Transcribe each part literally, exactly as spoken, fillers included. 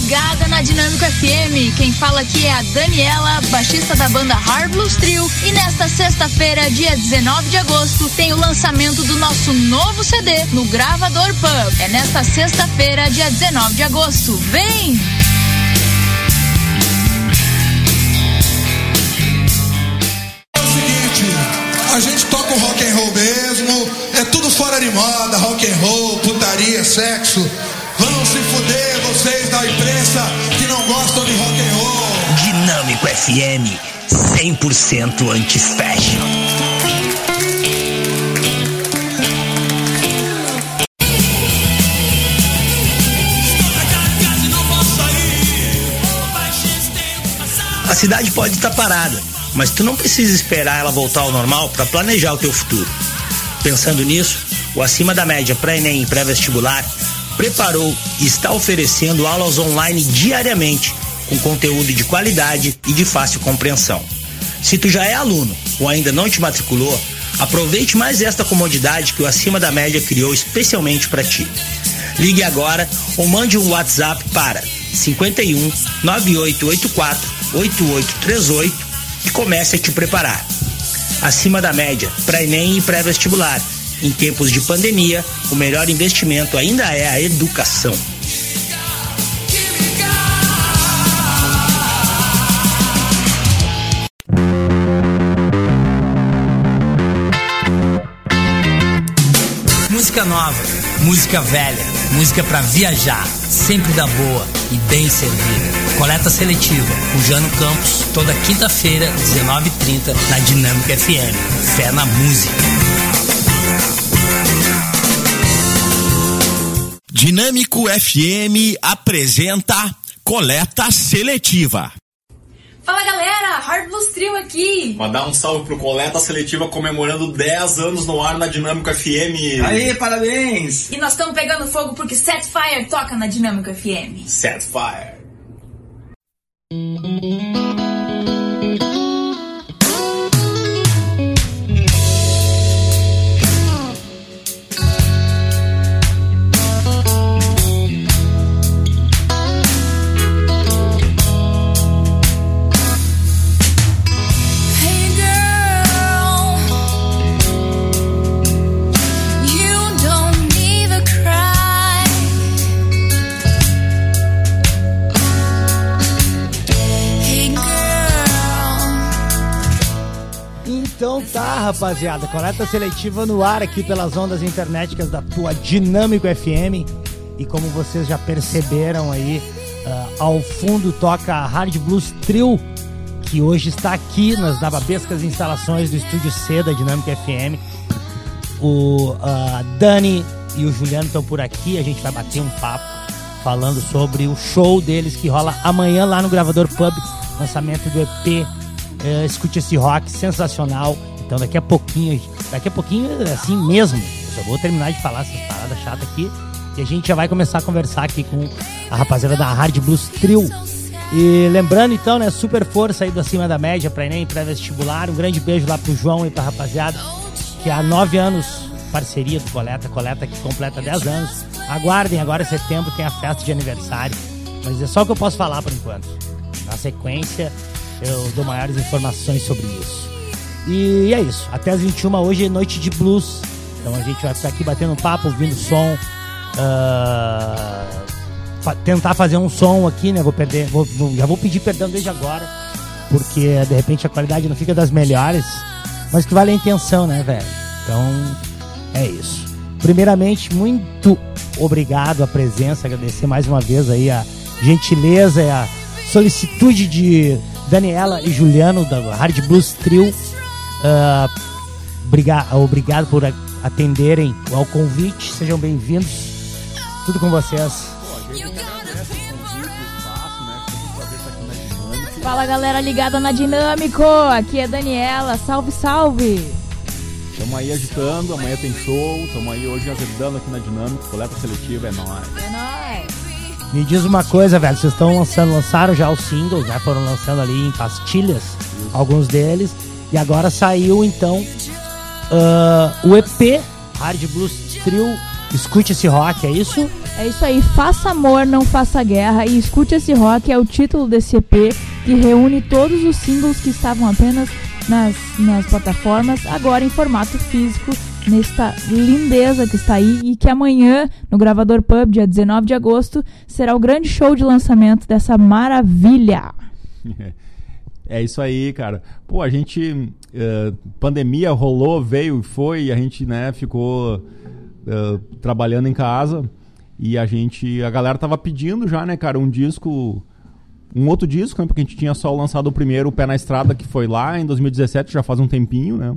ligada na Dinâmico F M. Quem fala aqui é a Daniela, baixista da banda Hard Blues Trio. E nesta sexta-feira, dia dezenove de agosto, tem o lançamento do nosso novo C D no Gravador Pub. É nesta sexta-feira, dia dezenove de agosto. Vem! É o seguinte, a gente toca o rock and roll mesmo, é tudo fora de moda, rock and roll, putaria, sexo. Vão se fuder vocês da imprensa que não gostam de rock and roll. Dinâmico F M, cem por cento anti-fashion. A cidade pode estar parada, mas tu não precisa esperar ela voltar ao normal para planejar o teu futuro. Pensando nisso, o Acima da Média pré-ENEM e pré-vestibular preparou e está oferecendo aulas online diariamente, com conteúdo de qualidade e de fácil compreensão. Se tu já é aluno ou ainda não te matriculou, aproveite mais esta comodidade que o Acima da Média criou especialmente para ti. Ligue agora ou mande um WhatsApp para cinquenta e um, nove oito oito quatro, oito oito três oito e comece a te preparar. Acima da Média, pré-ENEM e pré-vestibular. Em tempos de pandemia, o melhor investimento ainda é a educação. Música nova, música velha, música pra viajar, sempre da boa e bem servida. Coleta seletiva, com Jano Campos, toda quinta-feira, dezenove e trinta, na Dinâmica F M. Fé na música. Dinâmico F M apresenta Coleta Seletiva. Fala galera, Hard Blues Trio aqui. Mandar um salve pro Coleta Seletiva comemorando dez anos no ar na Dinâmico F M. Aê, parabéns! E nós estamos pegando fogo porque Set Fire toca na Dinâmico F M. Set Fire. Então tá, rapaziada, coleta seletiva no ar aqui pelas ondas internéticas da tua Dinâmico F M. E como vocês já perceberam aí, uh, ao fundo toca a Hard Blues Trio, que hoje está aqui nas babescas instalações do Estúdio C da Dinâmico F M. O uh, Dani e o Juliano estão por aqui, a gente vai bater um papo falando sobre o show deles que rola amanhã lá no Gravador Pub, lançamento do E P. Uh, escute esse rock sensacional. Então daqui a pouquinho, daqui a pouquinho assim mesmo, eu só vou terminar de falar essas paradas chatas aqui e a gente já vai começar a conversar aqui com a rapaziada da Hard Blues Trio. E lembrando então, né, super força aí do Acima da Média pra ENEM, pré-vestibular. Um grande beijo lá pro João e pra rapaziada, que há nove anos parceria do Coleta, Coleta que completa dez anos. Aguardem, agora em setembro tem a festa de aniversário, mas é só o que eu posso falar por enquanto. Na sequência eu dou maiores informações sobre isso. E é isso, até as vinte e uma hoje é noite de blues. Então a gente vai ficar aqui batendo papo, ouvindo som, uh, fa- tentar fazer um som aqui, né? Vou perder, vou, vou, já vou pedir perdão desde agora, porque de repente a qualidade não fica das melhores, mas que vale a intenção, né, velho? Então é isso. Primeiramente, muito obrigado a presença, agradecer mais uma vez aí a gentileza e a solicitude de Daniela e Juliano da Hard Blues Trio. Uh, briga- obrigado por a- atenderem ao convite, sejam bem-vindos. Tudo com vocês. Fala galera ligada na Dinâmico, aqui é Daniela, salve, salve. Estamos aí agitando, amanhã tem show, estamos aí hoje ajudando aqui na Dinâmica, coleta seletiva, é nóis. É nóis. Me diz uma coisa, velho, vocês estão lançando, lançaram já os singles, já foram lançando ali em pastilhas, isso, alguns deles, e agora saiu então uh, o E P, Hard Blues Trio, Escute Esse Rock, é isso? É isso aí, faça amor, não faça guerra e escute esse rock, é o título desse E P que reúne todos os singles que estavam apenas nas, nas plataformas, agora em formato físico, nesta lindeza que está aí e que amanhã, no Gravador Pub, dia dezenove de agosto, será o grande show de lançamento dessa maravilha. É isso aí, cara. Pô, a gente, uh, pandemia rolou, veio e foi, e a gente, né, ficou uh, trabalhando em casa. E a gente, a galera tava pedindo já, né, cara, um disco, um outro disco, né, porque a gente tinha só lançado o primeiro, o Pé na Estrada, que foi lá em dois mil e dezessete, já faz um tempinho, né.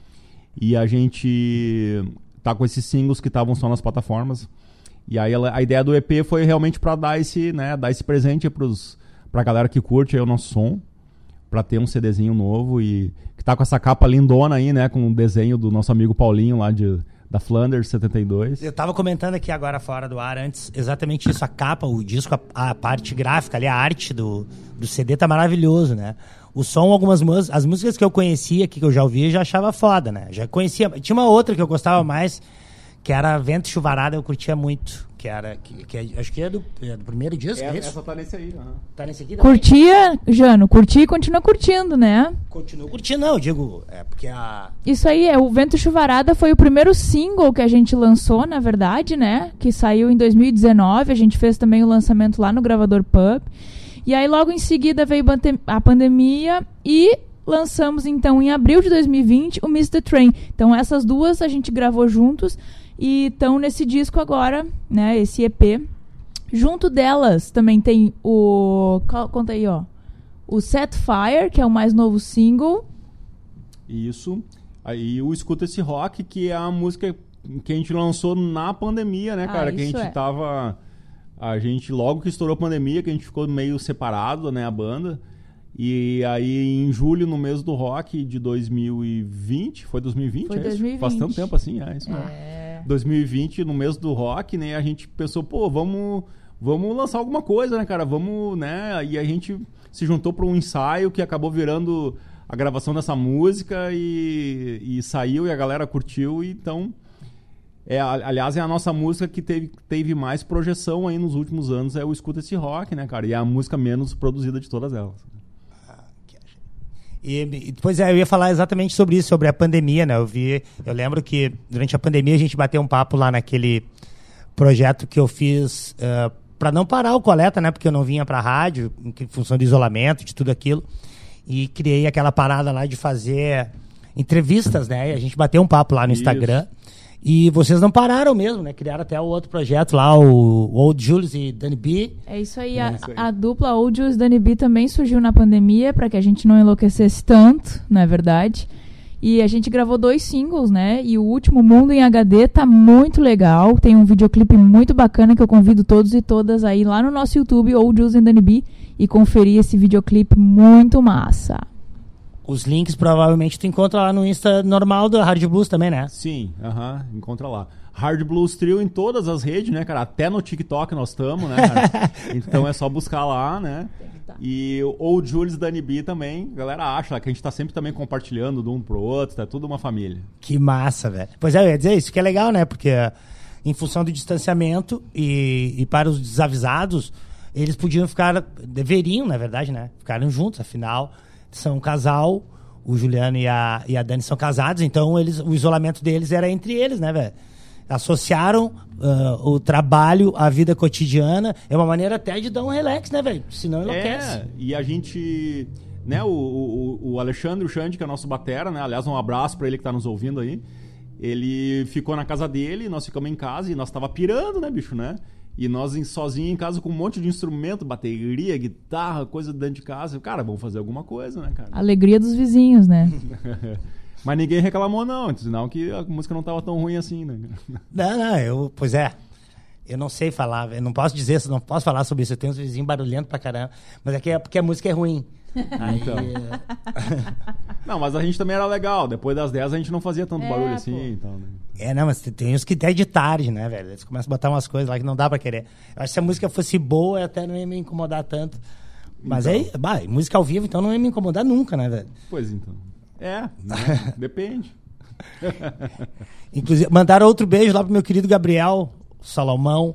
E a gente tá com esses singles que estavam só nas plataformas. E aí a, a ideia do E P foi realmente pra dar esse, né, dar esse presente pros, pra galera que curte aí o nosso som, pra ter um CDzinho novo e que tá com essa capa lindona aí, né, com o desenho do nosso amigo Paulinho lá de... da Flanders setenta e dois. Eu tava comentando aqui agora fora do ar antes, exatamente isso, a capa, o disco, a, a parte gráfica ali, a arte do, do C D tá maravilhoso, né? O som, algumas músicas, as músicas que eu conhecia, que eu já ouvia, já achava foda, né? Já conhecia, tinha uma outra que eu gostava mais, que era Vento e Chuvarada, eu curtia muito, que era, que, que é, acho que é do, é do primeiro disco, é, é isso? Essa tá nesse aí, uhum. Tá nesse aqui também? Curtia, Jano, curtia e continua curtindo, né? Continua curtindo, não, eu digo, é porque a... Isso aí, é, o Vento e Chuvarada foi o primeiro single que a gente lançou, na verdade, né? Que saiu em dois mil e dezenove, a gente fez também o lançamento lá no Gravador Pub. E aí logo em seguida veio a pandemia e lançamos então em abril de dois mil e vinte o Miss the Train. Então essas duas a gente gravou juntos e estão nesse disco agora, né? Esse E P. Junto delas também tem o... Conta aí, ó. O Set Fire, que é o mais novo single. Isso. Aí o Escuta Esse Rock, que é a música que a gente lançou na pandemia, né, cara? Ah, que a gente é. tava... A gente, logo que estourou a pandemia, que a gente ficou meio separado, né, a banda. E aí, em julho, no mês do rock de dois mil e vinte, foi dois mil e vinte, foi é dois mil e vinte. Faz tanto tempo assim, é isso mesmo. É. dois mil e vinte, no mês do rock, né, a gente pensou, pô, vamos, vamos lançar alguma coisa, né, cara, vamos, né, e a gente se juntou para um ensaio que acabou virando a gravação dessa música e, e saiu e a galera curtiu, e então... É, aliás, é a nossa música que teve, teve mais projeção aí nos últimos anos, é o Escuta Esse Rock, né, cara? E é a música menos produzida de todas elas. Ah, que... E, pois é, eu ia falar exatamente sobre isso, sobre a pandemia, né? Eu vi, eu lembro que durante a pandemia a gente bateu um papo lá naquele projeto que eu fiz uh, para não parar o Coleta, né? Porque eu não vinha pra rádio, em função do isolamento, de tudo aquilo. E criei aquela parada lá de fazer entrevistas, né? E a gente bateu um papo lá no isso. Instagram. E vocês não pararam mesmo, né? Criaram até o outro projeto lá, o Old Julius e Danny B. É isso aí. É a, isso aí. A dupla Old Julius e Danny B também surgiu na pandemia, para que a gente não enlouquecesse tanto, não é verdade? E a gente gravou dois singles, né? E o último, Mundo em H D, tá muito legal. Tem um videoclipe muito bacana que eu convido todos e todas aí lá no nosso YouTube, Old Julius e Danny B, e conferir esse videoclipe muito massa. Os links provavelmente tu encontra lá no Insta normal da Hard Blues também, né? Sim, aham, uh-huh, encontra lá. Hard Blues Trio em todas as redes, né, cara? Até no TikTok nós estamos, né, cara? Então é só buscar lá, né? E o Old Julius Danny B também, a galera acha que a gente tá sempre também compartilhando de um pro outro, tá tudo uma família. Que massa, velho. Pois é, eu ia dizer isso, que é legal, né? Porque em função do distanciamento e, e para os desavisados, eles podiam ficar, deveriam, na verdade, né? Ficaram juntos, afinal... São um casal, o Juliano e a, e a Dani são casados, então eles, o isolamento deles era entre eles, né, velho? Associaram uh, o trabalho à vida cotidiana, é uma maneira até de dar um relax, né, velho? Senão enlouquece. É, e a gente, né, o, o, o Alexandre, o Xande, que é nosso batera, né, aliás, um abraço pra ele que tá nos ouvindo aí, ele ficou na casa dele, nós ficamos em casa e nós tava pirando, né, bicho, né? E nós sozinhos em casa com um monte de instrumento, bateria, guitarra, coisa dentro de casa. Cara, vamos fazer alguma coisa, né, cara? Alegria dos vizinhos, né? Mas ninguém reclamou, não. Sinal que a música não tava tão ruim assim, né? Não, não, eu... Pois é. Eu não sei falar, eu não posso dizer, não posso falar sobre isso. Eu tenho uns vizinhos barulhentos pra caramba. Mas é, que é porque a música é ruim. Aí... Então. Não, mas a gente também era legal. Depois das dez a gente não fazia tanto é, barulho assim. Então, né? É, não, mas tem uns que até de tarde, né, velho? Eles começam a botar umas coisas lá que não dá pra querer. Eu acho que se a música fosse boa, eu até não ia me incomodar tanto. Mas então. aí, bah, música ao vivo, então não ia me incomodar nunca, né, velho? Pois então. É, né? Depende. Inclusive, mandaram outro beijo lá pro meu querido Gabriel Salomão,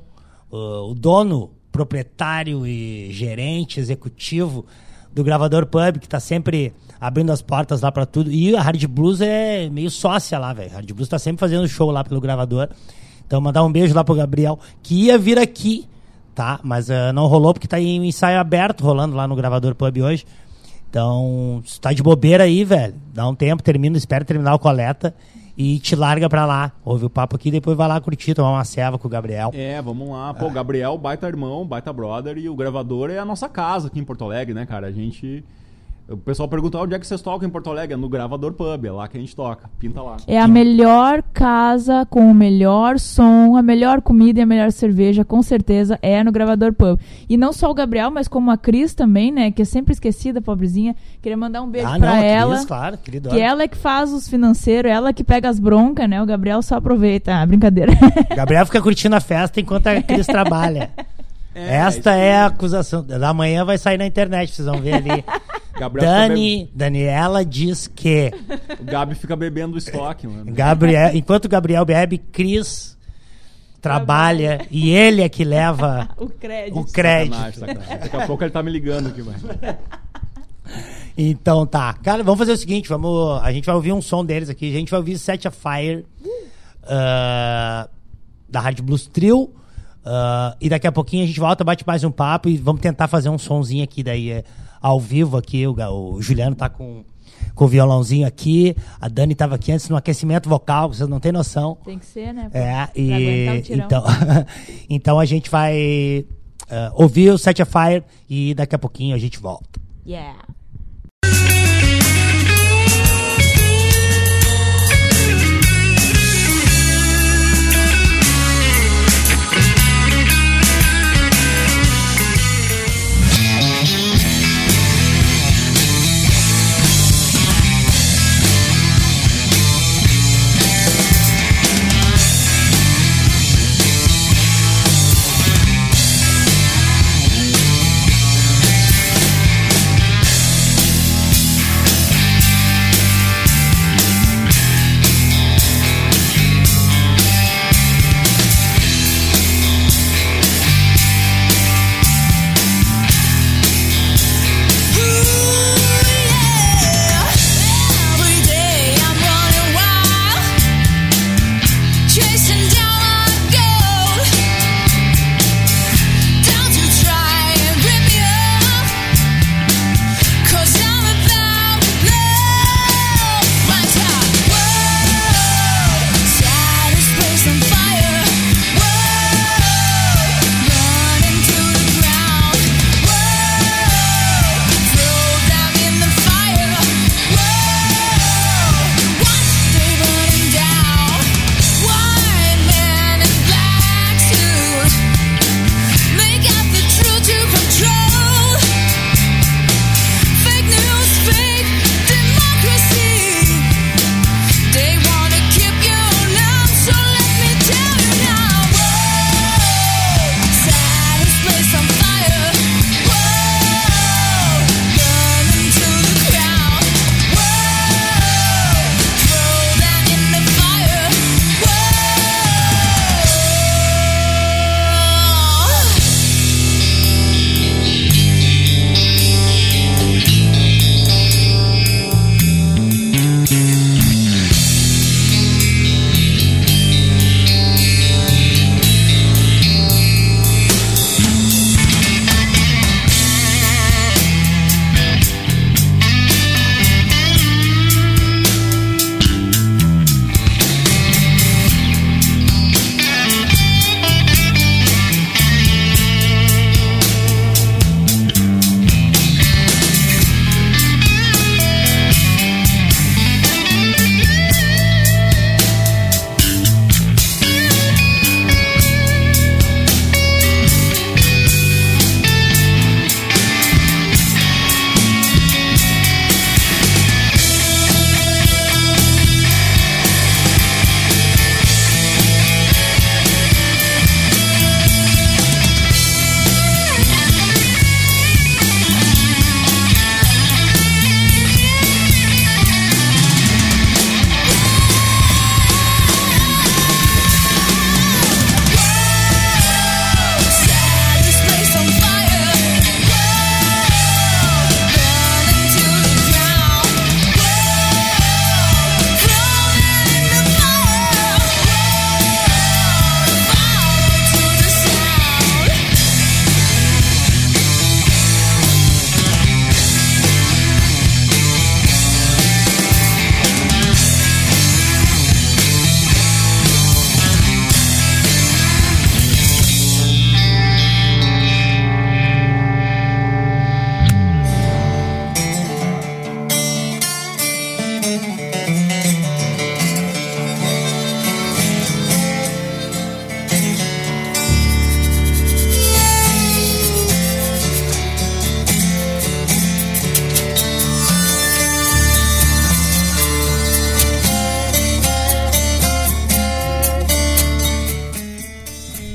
o, o dono, proprietário e gerente executivo do Gravador Pub, que tá sempre abrindo as portas lá pra tudo. E a Hard Blues é meio sócia lá, velho. A Hard Blues tá sempre fazendo show lá pelo Gravador. Então, mandar um beijo lá pro Gabriel, que ia vir aqui, tá? Mas uh, não rolou porque tá em ensaio aberto rolando lá no Gravador Pub hoje. Então, se tá de bobeira aí, velho, dá um tempo, termina, espera terminar o coleta e te larga pra lá. Ouve o papo aqui, depois vai lá curtir, tomar uma ceva com o Gabriel. É, vamos lá. Pô, o Gabriel, baita irmão, baita brother, e o Gravador é a nossa casa aqui em Porto Alegre, né, cara? A gente... O pessoal pergunta, onde é que vocês tocam em Porto Alegre? É no Gravador Pub, é lá que a gente toca. Pinta lá. É a melhor casa com o melhor som, a melhor comida e a melhor cerveja, com certeza, é no Gravador Pub. E não só o Gabriel, mas como a Cris também, né? Que é sempre esquecida, pobrezinha. Queria mandar um beijo ah, pra não, ela. Cris, claro, querido. Que ela é que faz os financeiros, ela que pega as broncas, né? O Gabriel só aproveita. Ah, brincadeira. O Gabriel fica curtindo a festa enquanto a Cris trabalha. É, Esta é, é a acusação. Da manhã vai sair na internet, vocês vão ver ali. Gabriel Dani, be... Daniela diz que... O Gabi fica bebendo o estoque, mano. Gabriel, enquanto o Gabriel bebe, Cris trabalha Trabalha. E ele é que leva o crédito. O crédito. Sacanagem, sacanagem. Daqui a pouco ele tá me ligando aqui, mano. Então tá. Cara, vamos fazer o seguinte, vamos, a gente vai ouvir um som deles aqui. A gente vai ouvir Set a Fire uh, da Hard Blues Trio. Uh, e daqui a pouquinho a gente volta, bate mais um papo e vamos tentar fazer um sonzinho aqui daí é, ao vivo aqui. O, o Juliano tá com, com o violãozinho aqui, a Dani tava aqui antes no aquecimento vocal, vocês não tem noção. Tem que ser, né? É, e então, então a gente vai uh, ouvir o Set a Fire e daqui a pouquinho a gente volta. Yeah.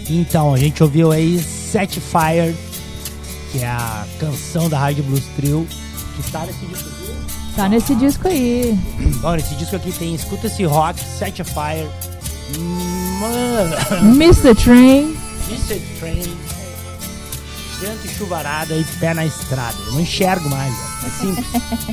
Então, a gente ouviu aí Set Fire, que é a canção da Rádio Blues Trio, que tá nesse disco aqui. Tá nesse disco aí. Bom, nesse disco aqui tem Escuta Esse Rock, Set Fire, Mano, mister Train. mister Train, vento e chuvarada e pé na estrada. Eu não enxergo mais, ó. É simples.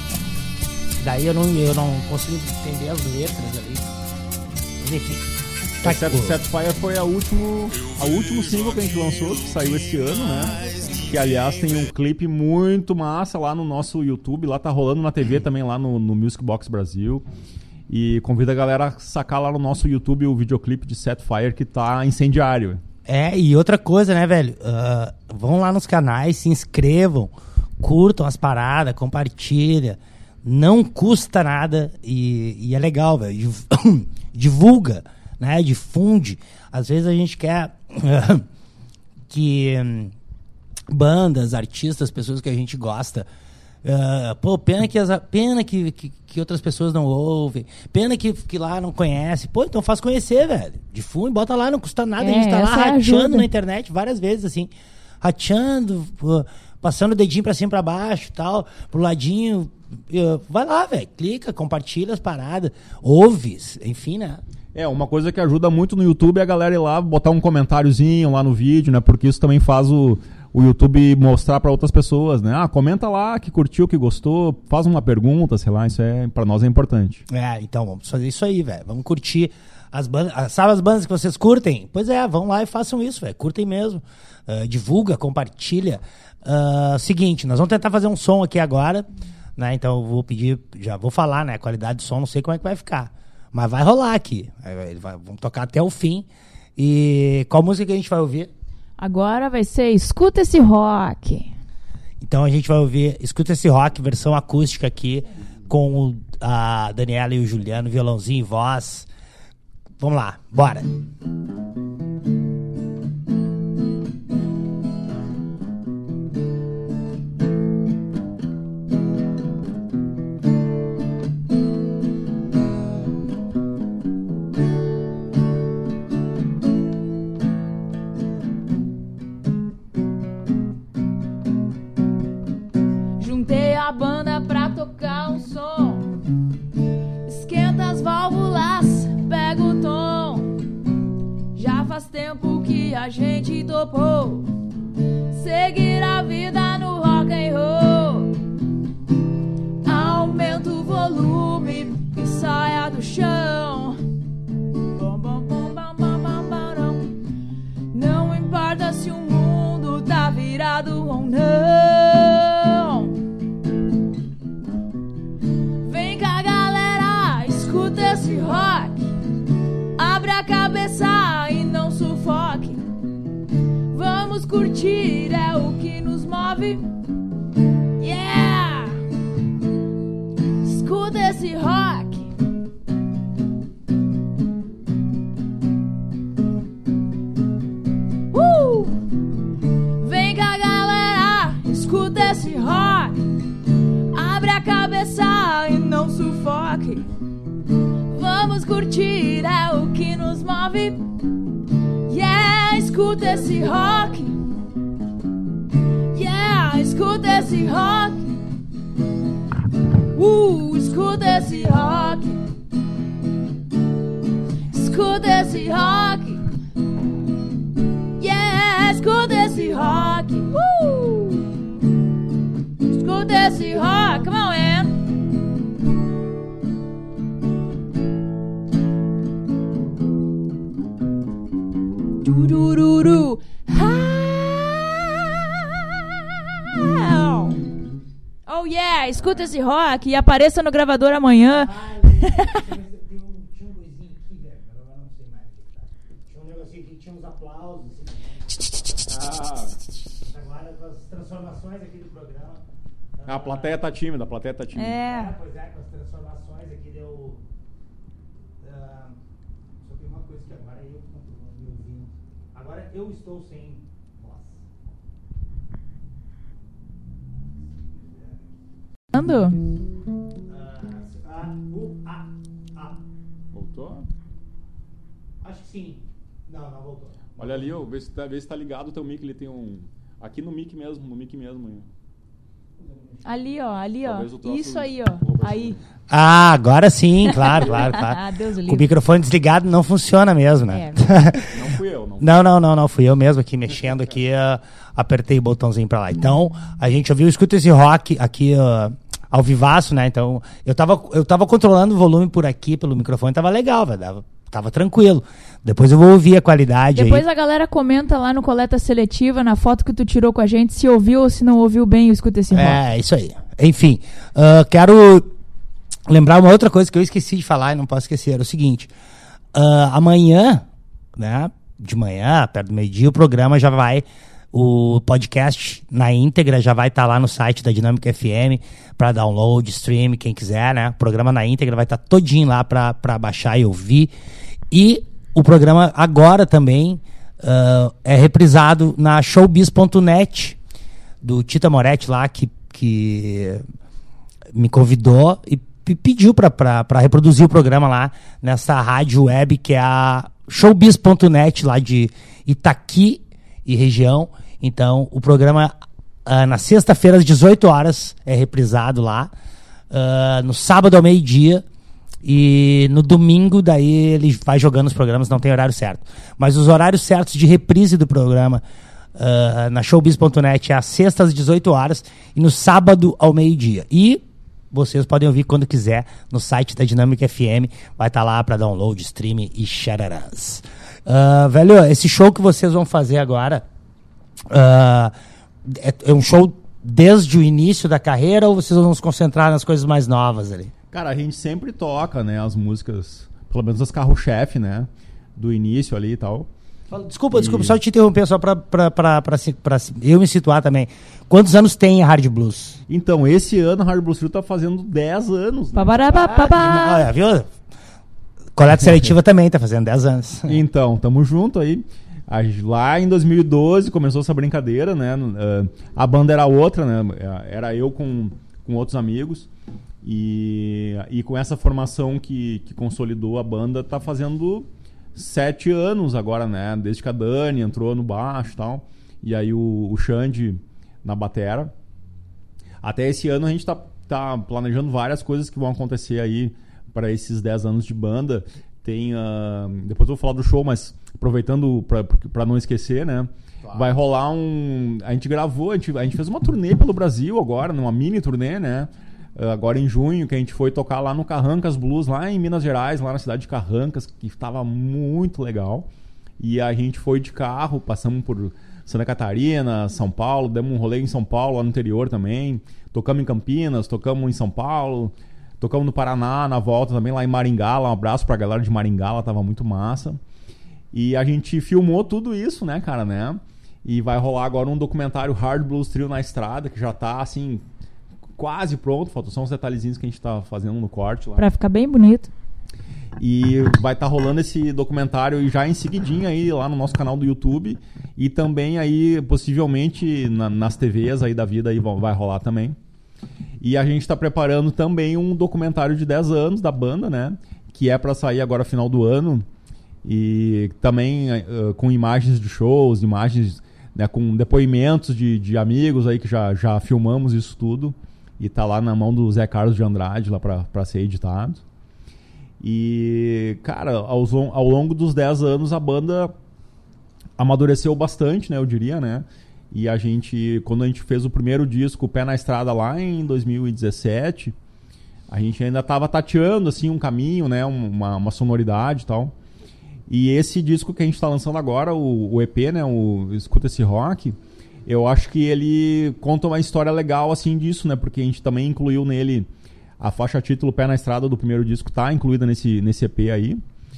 Daí eu não, eu não consigo entender as letras ali. Mas enfim. Tá, Set, Set Fire foi a último, a último single que a gente lançou, que saiu esse ano, né? Que, aliás, tem um clipe muito massa lá no nosso YouTube. Lá tá rolando na T V também, lá no, no Music Box Brasil. E convido a galera a sacar lá no nosso YouTube o videoclipe de Set Fire, que tá incendiário. É, e outra coisa, né, velho? Uh, vão lá nos canais, se inscrevam, curtam as paradas, compartilha. Não custa nada e, e é legal, velho. Divulga, né? Difunde. Às vezes a gente quer uh, que um, bandas, artistas, pessoas que a gente gosta... Uh, pô, pena que, as, pena que, que, que outras pessoas não ouvem, pena que, que lá não conhece. Pô, então faz conhecer, velho. Difunde, bota lá, não custa nada. É, a gente tá lá essa é a rateando ajuda. na internet várias vezes, assim, rateando, pô, passando o dedinho pra cima e pra baixo e tal, pro ladinho. Uh, vai lá, velho, clica, compartilha as paradas, ouve, enfim, né? É, uma coisa que ajuda muito no YouTube é a galera ir lá, botar um comentáriozinho lá no vídeo, né? Porque isso também faz o, o YouTube mostrar para outras pessoas, né? Ah, comenta lá que curtiu, que gostou, faz uma pergunta, sei lá, isso é, para nós é importante. É, então vamos fazer isso aí, velho. Vamos curtir as bandas. Sabe as bandas que vocês curtem? Pois é, vão lá e façam isso, velho. Curtem mesmo. Uh, divulga, compartilha. Uh, seguinte, nós vamos tentar fazer um som aqui agora, né? Então eu vou pedir, já vou falar, né? Qualidade de som, não sei como é que vai ficar. Mas vai rolar aqui. Vai, vai, vamos tocar até o fim. E qual música que a gente vai ouvir? Agora vai ser Escuta Esse Rock. Então a gente vai ouvir Escuta Esse Rock, versão acústica aqui, com o, a Daniela e o Juliano, violãozinho e voz. Vamos lá, bora! Juntei a banda pra tocar um som. Esquenta as válvulas, pega o tom. Já faz tempo que a gente topou seguir a vida no rock and roll. Aumenta o volume e saia do chão. Bom, bom, bom, bom, bom, bom, bom. Não importa se o mundo tá virado ou não. Vem cá, galera, escuta esse rock. Abre a cabeça e não sufoque. Vamos curtir, é o que nos move. Yeah! Escuta esse rock. Uh! Vem cá, galera, escuta esse rock. Abre a cabeça e não sufoque. Vamos curtir, é o que nos move. Yeah, escuta esse rock. Yeah, escuta esse rock. Uh, escuta esse rock. Escuta esse rock. Yeah, escuta esse rock. Uh, escuta esse rock. Come on, man. Durururu. Oh yeah, escuta esse rock e apareça no gravador amanhã. Tinha um coisinho aqui, velho, agora não sei mais o que tá. Tinha um negocinho aqui que tinha uns aplausos. Ah. Agora com as transformações aqui do programa. A plateia tá tímida, a plateia tá tímida. É. Pois é, com as transformações aqui deu. Uh, só tem uma coisa que agora eu não tô me ouvindo. Agora eu estou sem voz. Ando? Uh, a, u, a, a. Voltou? Acho que sim. Não, não voltou. Olha ali, ó, vê se tá, vê se tá ligado o teu mic, ele tem um... Aqui no mic mesmo, no mic mesmo. Aí. Ali, ó, ali, ó. Isso aí, ó. Aí. Ah, agora sim, claro, claro, claro. Ah, Deus Com o microfone desligado não funciona mesmo, né? É, não fui eu, não. Não, não, não, não. Fui eu mesmo aqui mexendo aqui, uh, apertei o botãozinho pra lá. Então, a gente ouviu, escuta esse rock aqui uh, ao vivaço, né? Então, eu tava, eu tava controlando o volume por aqui, pelo microfone, tava legal, velho. Tava, tava tranquilo. Depois eu vou ouvir a qualidade. Depois aí. A galera comenta lá no Coleta Seletiva, na foto que tu tirou com a gente, se ouviu ou se não ouviu bem o Escuta Esse Rock. É, isso aí. Enfim, uh, quero lembrar uma outra coisa que eu esqueci de falar e não posso esquecer. Era o seguinte, uh, amanhã, né, de manhã, perto do meio-dia, o programa já vai, o podcast na íntegra já vai estar tá lá no site da Dinâmica F M para download, stream, quem quiser, né? O programa na íntegra vai estar tá todinho lá para baixar e ouvir. E o programa agora também uh, é reprisado na showbiz ponto net do Tita Moretti lá, que que me convidou e p- pediu para reproduzir o programa lá nessa rádio web que é a showbiz ponto net lá de Itaqui e região. Então o programa uh, na sexta-feira às dezoito horas é reprisado lá, uh, no sábado ao meio-dia e no domingo daí ele vai jogando os programas, não tem horário certo, mas os horários certos de reprise do programa Uh, na showbiz ponto net é às sextas às dezoito horas e no sábado ao meio-dia. E vocês podem ouvir quando quiser no site da Dinâmica F M, vai estar tá lá para download, stream e xararás. Uh, velho, esse show que vocês vão fazer agora uh, é, é um show desde o início da carreira ou vocês vão se concentrar nas coisas mais novas ali? Cara, a gente sempre toca, né, as músicas, pelo menos as carro-chefe, né, do início ali e tal. Desculpa, e... desculpa, só te interromper, só pra, pra, pra, pra, pra eu me situar também. Quantos anos tem a Hard Blues? Então, esse ano a Hard Blues Trio tá fazendo dez anos. Né? Ah, olha, viu? Coleta Seletiva também tá fazendo dez anos. Então, tamo junto aí. Lá em dois mil e doze começou essa brincadeira, né? A banda era outra, né? Era eu com, com outros amigos. E, e com essa formação que, que consolidou a banda, tá fazendo... sete anos agora, né? Desde que a Dani entrou no baixo e tal. E aí o, o Xande na batera. Até esse ano a gente tá, tá planejando várias coisas que vão acontecer aí para esses dez anos de banda. Tem... Uh, depois eu vou falar do show, mas aproveitando para não esquecer, né? Claro. Vai rolar um... A gente gravou, a gente, a gente fez uma turnê pelo Brasil agora, uma mini turnê, né? Agora em junho, que a gente foi tocar lá no Carrancas Blues, lá em Minas Gerais, lá na cidade de Carrancas, que estava muito legal. E a gente foi de carro, passamos por Santa Catarina, São Paulo, demos um rolê em São Paulo, lá no interior também. Tocamos em Campinas, tocamos em São Paulo, tocamos no Paraná, na volta também, lá em Maringá. Lá, um abraço pra galera de Maringá, lá tava muito massa. E a gente filmou tudo isso, né, cara, né? E vai rolar agora um documentário Hard Blues Trio na Estrada, que já tá, assim... quase pronto, faltam só uns detalhezinhos que a gente tá fazendo no corte lá. Pra ficar bem bonito. E vai estar tá rolando esse documentário já em seguidinho aí lá no nosso canal do YouTube e também aí possivelmente na, nas T Vs aí da vida aí vai rolar também. E a gente tá preparando também um documentário de dez anos da banda, né? Que é pra sair agora final do ano e também uh, com imagens de shows, imagens, né, com depoimentos de, de amigos aí que já, já filmamos isso tudo. E tá lá na mão do Zé Carlos de Andrade, lá pra, pra ser editado. E, cara, aos, ao longo dos dez anos a banda amadureceu bastante, né, eu diria, né? E a gente, quando a gente fez o primeiro disco, o Pé na Estrada, lá em dois mil e dezessete, a gente ainda tava tateando, assim, um caminho, né, uma, uma sonoridade e tal. E esse disco que a gente tá lançando agora, o, o E P, né, o Escuta Esse Rock... Eu acho que ele conta uma história legal assim disso, né? Porque a gente também incluiu nele a faixa título Pé na Estrada do primeiro disco, tá incluída nesse, nesse E P aí.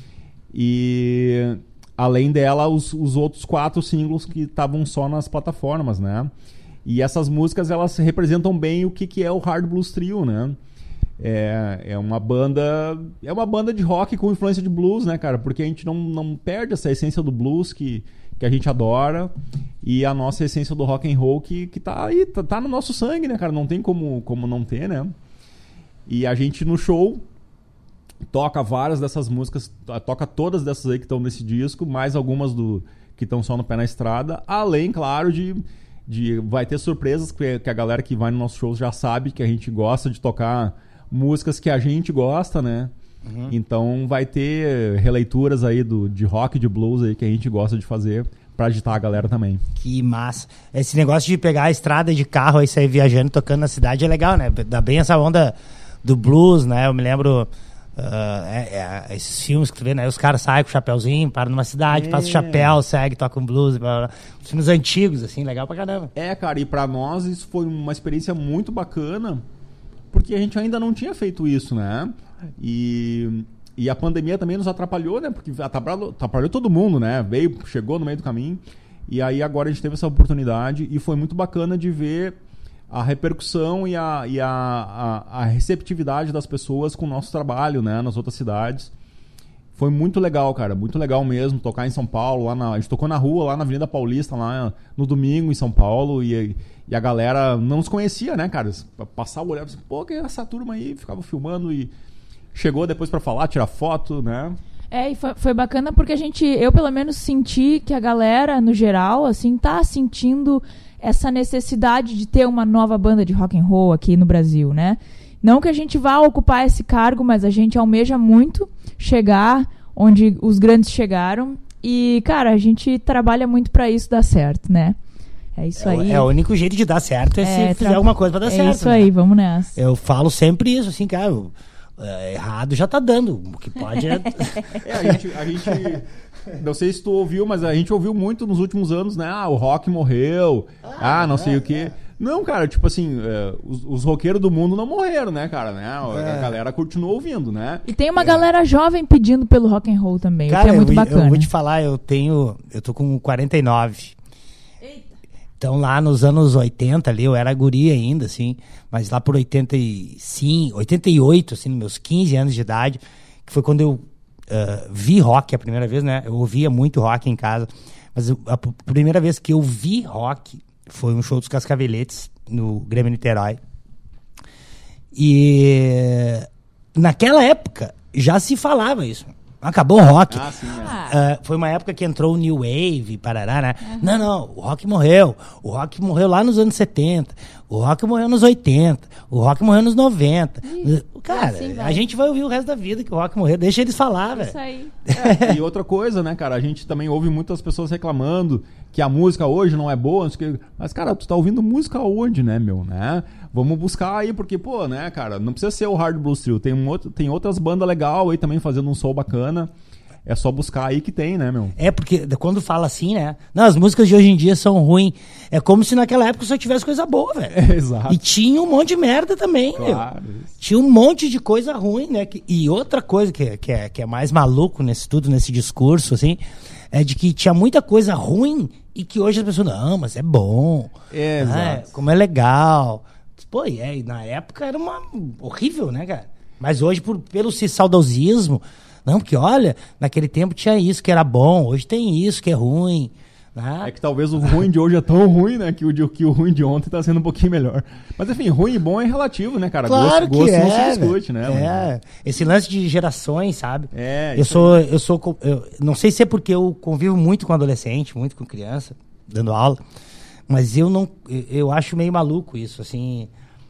E além dela, os, os outros quatro singles que estavam só nas plataformas, né? E essas músicas, elas representam bem o que, que é o Hard Blues Trio, né? É, é uma banda é uma banda de rock com influência de blues, né, cara? Porque a gente não, não perde essa essência do blues que, que a gente adora e a nossa essência do rock and roll que, que tá aí, tá, tá no nosso sangue, né, cara? Não tem como, como não ter, né? E a gente no show toca várias dessas músicas, toca todas dessas aí que estão nesse disco, mais algumas do, que que estão só no pé na estrada, além, claro, de, de vai ter surpresas que, que a galera que vai no nosso show já sabe que a gente gosta de tocar músicas que a gente gosta, né? Uhum. Então vai ter releituras aí do, de rock, de blues aí que a gente gosta de fazer pra agitar a galera também. Que massa. Esse negócio de pegar a estrada de carro e sair viajando, tocando na cidade é legal, né? Dá bem essa onda do blues, né? Eu me lembro uh, é, é, esses filmes que tu vê, né? Os caras saem com o chapéuzinho, param numa cidade, é. passam o chapéu, segue, tocam blues, blá, blá. Os filmes antigos, assim, legal pra caramba. É, cara, e pra nós isso foi uma experiência muito bacana, porque a gente ainda não tinha feito isso, né? E... E a pandemia também nos atrapalhou, né? Porque atrapalhou, atrapalhou todo mundo, né? Veio, chegou no meio do caminho. E aí agora a gente teve essa oportunidade e foi muito bacana de ver a repercussão e a, e a, a, a receptividade das pessoas com o nosso trabalho, né? Nas outras cidades. Foi muito legal, cara. Muito legal mesmo tocar em São Paulo. Lá na, a gente tocou na rua, lá na Avenida Paulista, lá no domingo em São Paulo. E, e a galera não nos conhecia, né, cara? Passava, olhava assim, pô, que é essa turma aí? Ficava filmando e... Chegou depois pra falar, tirar foto, né? É, e foi, foi bacana porque a gente, eu pelo menos senti que a galera, no geral, assim, tá sentindo essa necessidade de ter uma nova banda de rock and roll aqui no Brasil, né? Não que a gente vá ocupar esse cargo, mas a gente almeja muito chegar onde os grandes chegaram. E, cara, a gente trabalha muito pra isso dar certo, né? É isso é, aí. É o único jeito de dar certo é, é se fizer tra... alguma coisa pra dar é certo. É isso aí, né? Vamos nessa. Eu falo sempre isso, assim, cara... Eu... É, errado já tá dando, o que pode é... é a, gente, a gente não sei se tu ouviu, mas a gente ouviu muito nos últimos anos, né? Ah, o rock morreu, ah, ah não sei é, o que é. Não, cara, tipo assim, é, os, os roqueiros do mundo não morreram, né, cara, né? A, é. a galera continua ouvindo, né? E tem uma é. galera jovem pedindo pelo rock and roll também, cara, o que é muito eu, bacana. Eu vou te falar, eu tenho, eu tô com quarenta e nove. Então lá nos anos oitenta ali, eu era guri ainda, assim, mas lá por oitenta e cinco, oitenta e oito, assim, nos meus quinze anos de idade, que foi quando eu uh, vi rock a primeira vez, né? Eu ouvia muito rock em casa, mas eu, a p- primeira vez que eu vi rock foi um show dos Cascaveletes no Grêmio Niterói. E naquela época já se falava isso. Acabou o rock. Ah, sim, é. uh, foi uma época que entrou o New Wave, parará, né? Uhum. Não, não, o rock morreu. O rock morreu lá nos anos setenta. O rock morreu nos oitenta. O rock morreu nos noventa. Ih, cara, assim a gente vai ouvir o resto da vida que o rock morreu. Deixa eles falar, velho. Isso aí. É, e outra coisa, né, cara? A gente também ouve muitas pessoas reclamando que a música hoje não é boa. Mas, cara, tu tá ouvindo música onde, né, meu? Né? Vamos buscar aí, porque, pô, né, cara, não precisa ser o Hard Blues Trio. Tem, um outro, tem outras bandas legais aí também fazendo um som bacana. É só buscar aí que tem, né, meu? É, porque quando fala assim, né? Não, as músicas de hoje em dia são ruins. É como se naquela época só tivesse coisa boa, velho. É, exato. E tinha um monte de merda também, claro, meu. Tinha um monte de coisa ruim, né? E outra coisa que, que, é, que é mais maluco nesse tudo, nesse discurso, assim, é de que tinha muita coisa ruim e que hoje as pessoas, não, mas é bom. É, exato. É, como é legal. Pô, e é, na época era uma horrível, né, cara? Mas hoje, por, pelo saudosismo, não, porque olha, naquele tempo tinha isso que era bom, hoje tem isso que é ruim. Né? É que talvez o ruim de hoje é tão ruim, né, que o, de, que o ruim de ontem tá sendo um pouquinho melhor. Mas enfim, ruim e bom é relativo, né, cara? Claro gosto, que gosto é, não se discute, né? É, mano? Esse lance de gerações, sabe? É, eu sou, eu sou, eu não sei se é porque eu convivo muito com adolescente, muito com criança, dando aula, mas eu não, eu acho meio maluco isso, assim.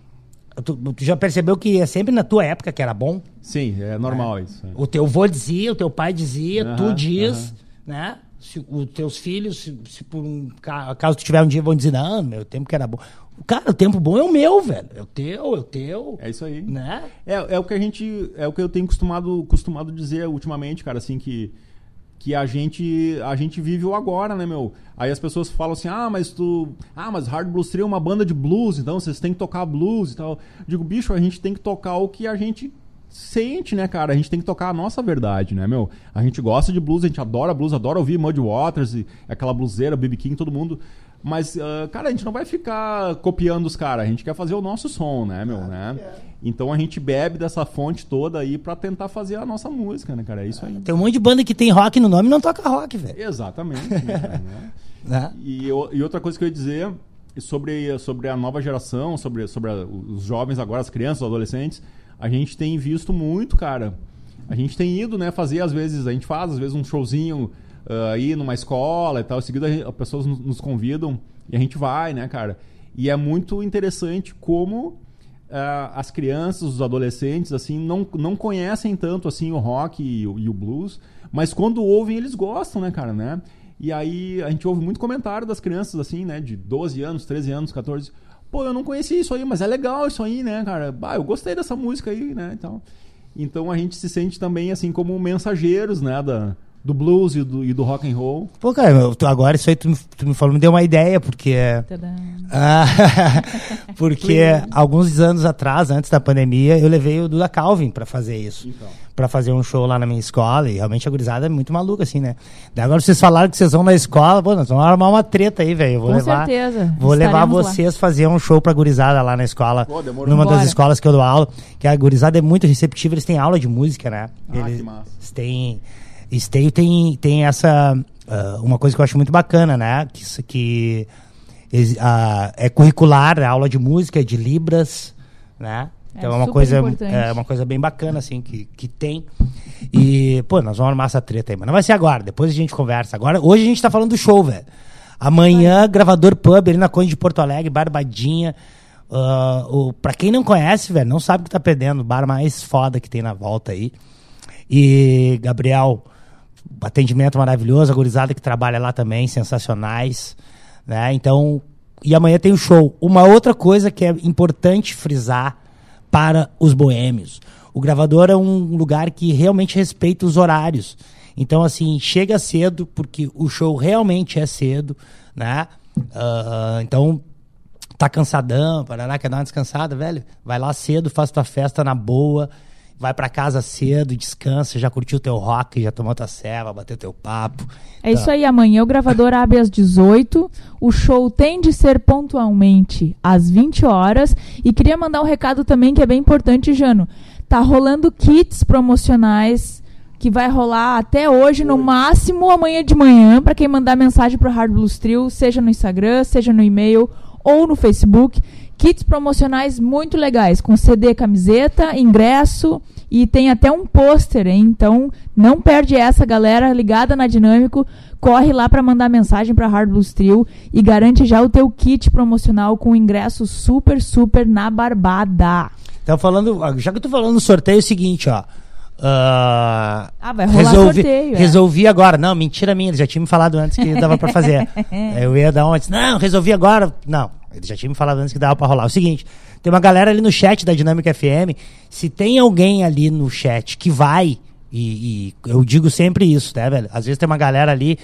Tu, tu já percebeu que é sempre na tua época que era bom? Sim, é normal é. isso. É. O teu avô dizia, o teu pai dizia, uh-huh, tu diz, uh-huh. né? Se, os teus filhos, se, se por um caso tu tiver um dia, vão dizer, não, meu tempo que era bom. Cara, o tempo bom é o meu, velho. É o teu, é o teu. É isso aí. Né? É, é o que a gente, é o que eu tenho costumado, costumado dizer ultimamente, cara, assim, que que a gente, a gente vive o agora, né, meu? Aí as pessoas falam assim, ah, mas tu... Ah, mas Hard Blues Trio é uma banda de blues, então vocês têm que tocar blues e tal. Eu digo, bicho, a gente tem que tocar o que a gente sente, né, cara? A gente tem que tocar a nossa verdade, né, meu? A gente gosta de blues, a gente adora blues, adora ouvir Muddy Waters, e aquela bluseira, B B King, todo mundo... Mas, uh, cara, a gente não vai ficar copiando os caras, a gente quer fazer o nosso som, né, meu, né? Então a gente bebe dessa fonte toda aí pra tentar fazer a nossa música, né, cara? É isso aí. Tem um monte de banda que tem rock no nome e não toca rock, velho. Exatamente. Né, né? E, e outra coisa que eu ia dizer sobre, sobre a nova geração, sobre, sobre a, os jovens agora, as crianças, os adolescentes, a gente tem visto muito, cara. A gente tem ido, né, fazer às vezes, a gente faz às vezes um showzinho uh, ir numa escola e tal. Em seguida, as pessoas nos, nos convidam e a gente vai, né, cara? E é muito interessante como uh, as crianças, os adolescentes, assim, não, não conhecem tanto, assim, o rock e o, e o blues, mas quando ouvem, eles gostam, né, cara, né? E aí a gente ouve muito comentário das crianças, assim, né, de doze anos, treze anos, catorze. Pô, eu não conhecia isso aí, mas é legal isso aí, né, cara? Bah, eu gostei dessa música aí, né, então... Então a gente se sente também assim como mensageiros, né, da, do blues e do, e do rock and roll. Pô, cara, eu, tu, agora isso aí tu, tu me falou, me deu uma ideia, porque... Ah, porque alguns anos atrás, antes da pandemia, eu levei o Duda Calvin pra fazer isso. Então. Pra fazer um show lá na minha escola, e realmente a gurizada é muito maluca, assim, né? Daí agora vocês falaram que vocês vão na escola, pô, nós vamos armar uma treta aí, velho. Com levar, certeza. Vou levar Estaremos vocês lá. Fazer um show pra gurizada lá na escola, pô, numa Bora. das escolas que eu dou aula, que a gurizada é muito receptiva, eles têm aula de música, né? Ah, eles que massa. têm... Esteio tem, tem essa... Uh, uma coisa que eu acho muito bacana, né? Que, que uh, é curricular, é aula de música, de libras, né? Então é, é uma coisa é uma coisa bem bacana, assim, que, que tem. E, pô, nós vamos armar essa treta aí, mas não vai ser agora, depois a gente conversa. Agora, hoje a gente tá falando do show, velho. Amanhã, vai. Gravador Pub, ali na Conde de Porto Alegre, Barbadinha. Uh, o, pra quem não conhece, velho, não sabe o que tá perdendo, o bar mais foda que tem na volta aí. E, Gabriel, atendimento maravilhoso, a gurizada que trabalha lá também, sensacionais, né? Então, e amanhã tem o show. Uma outra coisa que é importante frisar para os boêmios. O Gravador é um lugar que realmente respeita os horários. Então, assim, chega cedo, porque o show realmente é cedo, né? Uh, então, tá cansadão, parará, quer dar uma descansada, velho? Vai lá cedo, faz tua festa na boa, vai pra casa cedo, descansa, já curtiu teu rock, já tomou tua ceva, bateu teu papo. É então. Isso aí, amanhã o Gravador abre às dezoito, o show tem de ser pontualmente às vinte horas, e queria mandar um recado também que é bem importante, Jano. Tá rolando kits promocionais que vai rolar até hoje, no máximo amanhã de manhã, para quem mandar mensagem pro Hard Blues Trio, seja no Instagram, seja no e-mail ou no Facebook. Kits promocionais muito legais, com C D, camiseta, ingresso e tem até um pôster, hein? Então não perde essa, galera ligada na Dinâmico, corre lá para mandar mensagem para Hard Blues Trio e garante já o teu kit promocional com ingresso super, super na barbada. Então falando, já que eu tô falando do sorteio, é o seguinte, ó. Uh, ah, vai rolar resolvi, sorteio. Resolvi é. agora. Não, mentira minha, eles já tinham me falado antes que dava pra fazer. Eu ia dar uma. Não, resolvi agora. Não, eles já tinham me falado antes que dava pra rolar. É o seguinte, tem uma galera ali no chat da Dinâmica F M. Se tem alguém ali no chat que vai, e, e eu digo sempre isso, né, velho? Às vezes tem uma galera ali,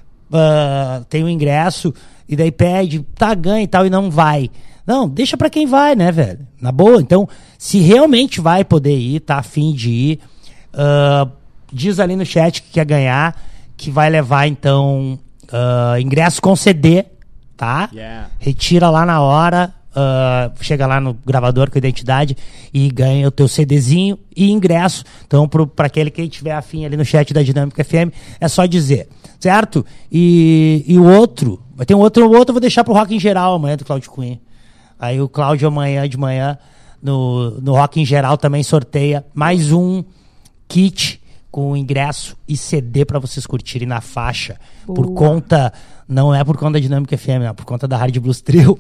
uh, tem um ingresso, e daí pede, tá, ganha e tal, e não vai. Não, deixa pra quem vai, né, velho? Na boa. Então, se realmente vai poder ir, tá afim de ir, uh, diz ali no chat que quer ganhar, que vai levar, então, uh, ingresso com C D, tá? Yeah. Retira lá na hora, uh, chega lá no Gravador com a identidade e ganha o teu CDzinho e ingresso. Então, pro, pra aquele que tiver afim ali no chat da Dinâmica F M, é só dizer, certo? E, e o outro, vai ter um outro, o outro eu vou deixar pro Rock em Geral amanhã, do Cláudio Cunha. Aí o Cláudio amanhã de manhã, no, no Rock em Geral, também sorteia mais um kit com ingresso e C D para vocês curtirem na faixa. Boa. Por conta, não é por conta da Dinâmica F M, não, por conta da Hard Blues Trio.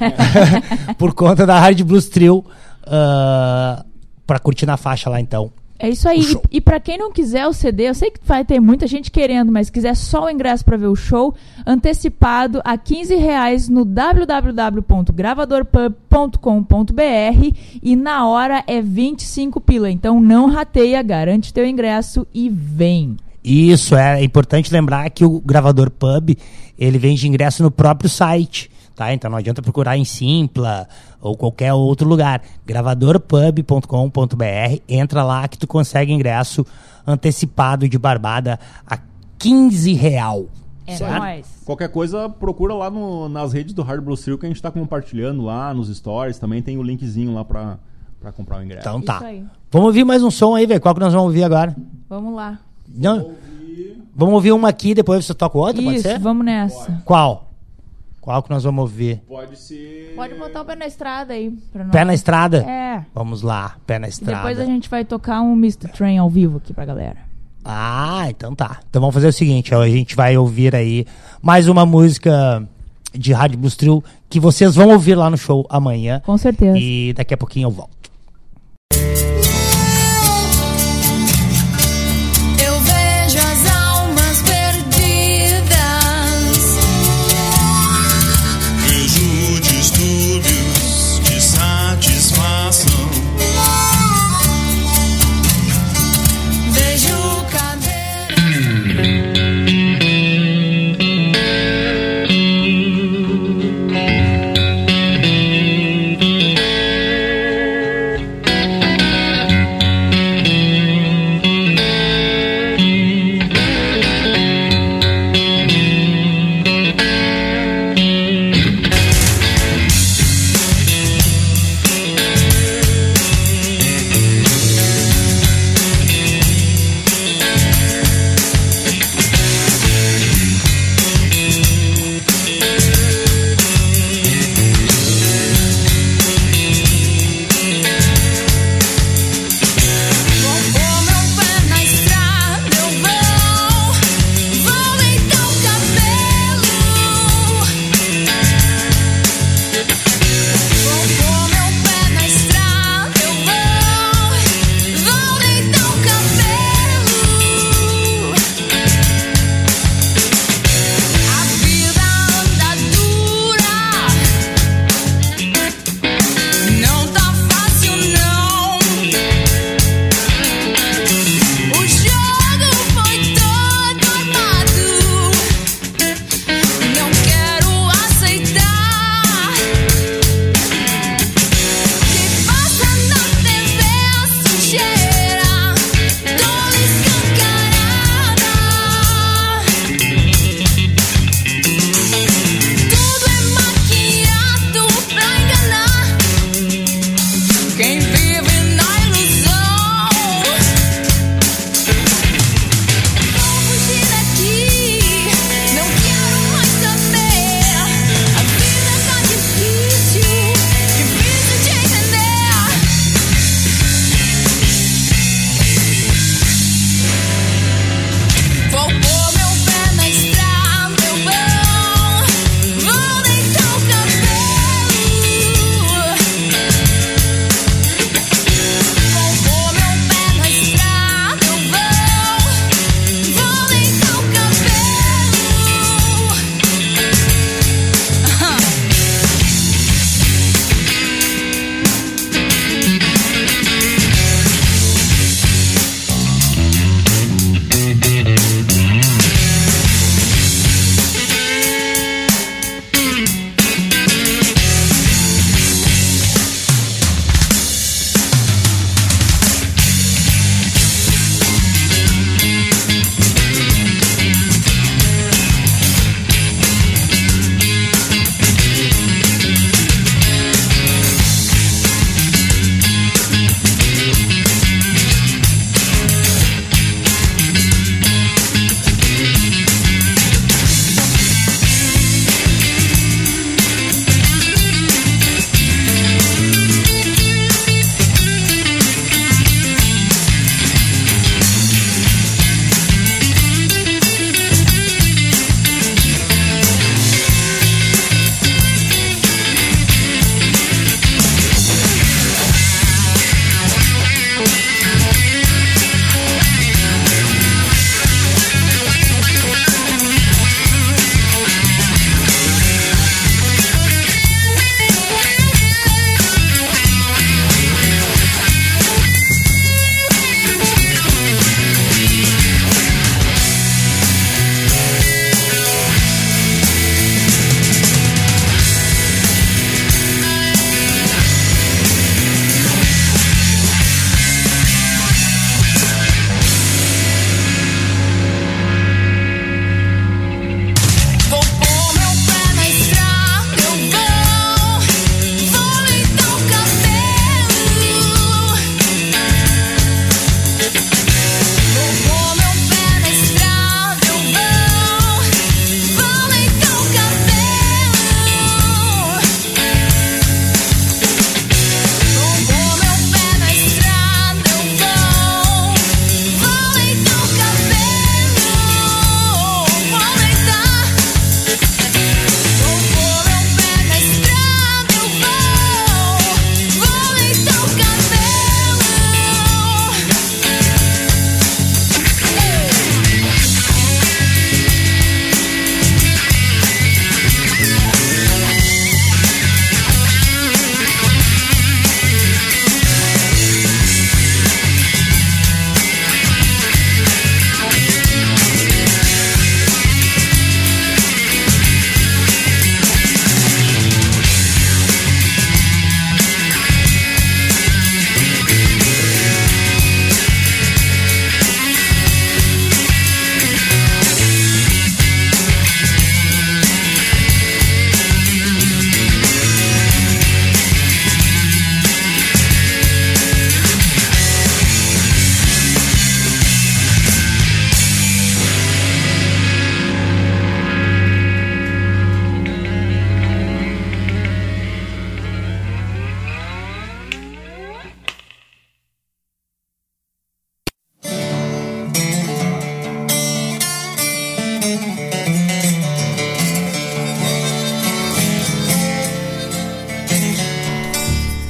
Por conta da Hard Blues Trio, uh, para curtir na faixa lá, então. É isso aí. E, e pra quem não quiser o C D, eu sei que vai ter muita gente querendo, mas quiser só o ingresso pra ver o show, antecipado a quinze reais no w w w ponto gravador pub ponto com ponto b r e na hora é vinte e cinco pila. Então não rateia, garante teu ingresso e vem. Isso, é importante lembrar que o Gravador Pub, ele vende ingresso no próprio site. Tá? Então não adianta procurar em Simpla ou qualquer outro lugar. gravador pub ponto com ponto b r, entra lá que tu consegue ingresso antecipado de barbada a quinze real. É nóis. Qualquer coisa, procura lá no, nas redes do Hard Blues Trio que a gente tá compartilhando lá nos stories. Também tem o linkzinho lá pra, pra comprar o ingresso. Então tá. Vamos ouvir mais um som aí, velho. Qual que nós vamos ouvir agora? Vamos lá. Não, ouvir... Vamos ouvir uma aqui, depois você toca outra, Isso, pode ser? Vamos nessa. Pode. Qual? Qual que nós vamos ouvir? Pode ser... Pode botar o pé na estrada aí pra nós. Pé na estrada? É. Vamos lá, pé na estrada. E depois a gente vai tocar um mister Train ao vivo aqui pra galera. Ah, então tá. Então vamos fazer o seguinte, ó, a gente vai ouvir aí mais uma música de Rádio Blues Trio que vocês vão ouvir lá no show amanhã. Com certeza. E daqui a pouquinho eu volto. Eu vejo as almas perdidas, vejo distúrbios de satisfação, vejo cadeira.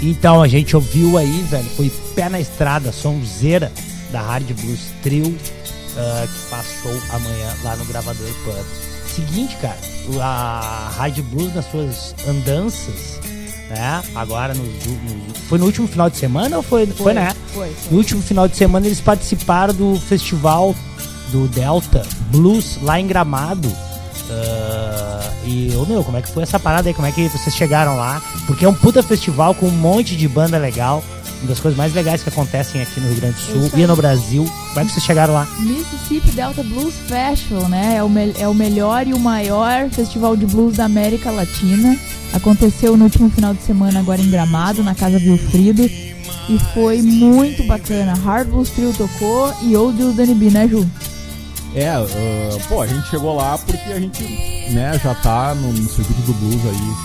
Então, a gente ouviu aí, velho, foi Pé na Estrada, sonzeira da Hard Blues Trio, uh, que faz show amanhã lá no Gravador Pub. Seguinte, cara, a Hard Blues nas suas andanças, né, agora, no, no, foi no último final de semana ou foi, foi, foi né? Foi, foi. No último final de semana eles participaram do festival do Delta Blues lá em Gramado. Uh, e, ô meu, como é que foi essa parada aí? Como é que vocês chegaram lá? Porque é um puta festival com um monte de banda legal. Uma das coisas mais legais que acontecem aqui no Rio Grande do Sul e no Brasil. Como é que vocês chegaram lá? Mississippi Delta Blues Festival, né? É o, me- é o melhor e o maior festival de blues da América Latina. Aconteceu no último final de semana agora em Gramado, na Casa Vilfrido. E foi muito bacana. Hard Blues Trio tocou e Old Jules Danny B, né, Ju? É, uh, pô, a gente chegou lá porque a gente, né, já tá no, no circuito do blues aí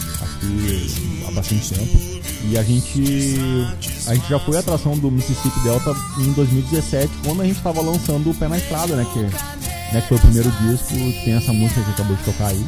aqui há bastante tempo. E a gente a gente já foi a atração do Mississippi Delta em dois mil e dezessete, quando a gente tava lançando o Pé na Estrada, né, que, né, que foi o primeiro disco, que tem essa música que acabou de tocar aí.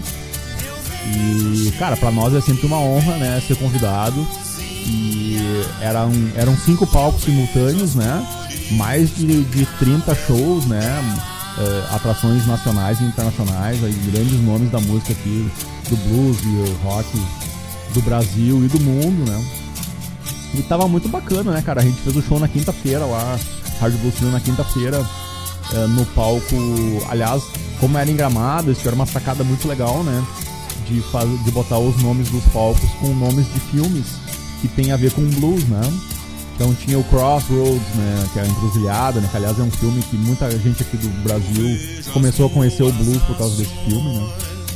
E, cara, pra nós é sempre uma honra, né, ser convidado. E eram, eram cinco palcos simultâneos, né, mais de, de trinta shows, né, Uh, atrações nacionais e internacionais, aí, grandes nomes da música aqui, do blues e rock do Brasil e do mundo, né? E tava muito bacana, né, cara? A gente fez o show na quinta-feira lá, Hard Blues Trio na quinta-feira, uh, no palco. Aliás, como era em Gramado, isso era uma sacada muito legal, né? De, faz, de botar os nomes dos palcos com nomes de filmes que tem a ver com blues, né? Então tinha o Crossroads, né, que é a Encruzilhada, né, que aliás é um filme que muita gente aqui do Brasil começou a conhecer o blues por causa desse filme, né.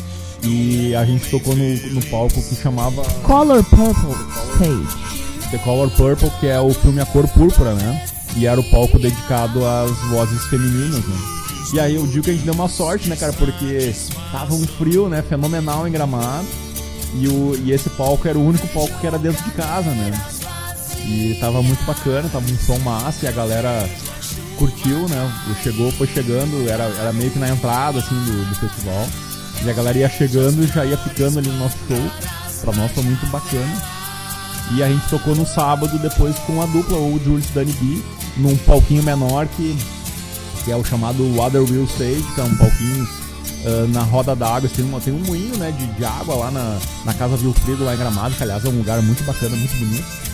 E a gente tocou no, no palco que chamava Color Purple Stage. The Color Purple, que é o filme A Cor Púrpura, né, e era o palco dedicado às vozes femininas, né. E aí eu digo que a gente deu uma sorte, né, cara, porque tava um frio, né, fenomenal em Gramado, e, o, e esse palco era o único palco que era dentro de casa, né. E tava muito bacana, tava um som massa e a galera curtiu, né? Chegou, foi chegando, era, era meio que na entrada, assim, do, do festival. E a galera ia chegando e já ia ficando ali no nosso show. Pra nós foi muito bacana. E a gente tocou no sábado depois com a dupla, o Jules Danny B, num palquinho menor que, que é o chamado Water Wheel Stage, que é um palquinho uh, na roda d'água. Tem, uma, tem um moinho, né, de, de água lá na, na Casa Vilfrido, lá em Gramado, que aliás é um lugar muito bacana, muito bonito.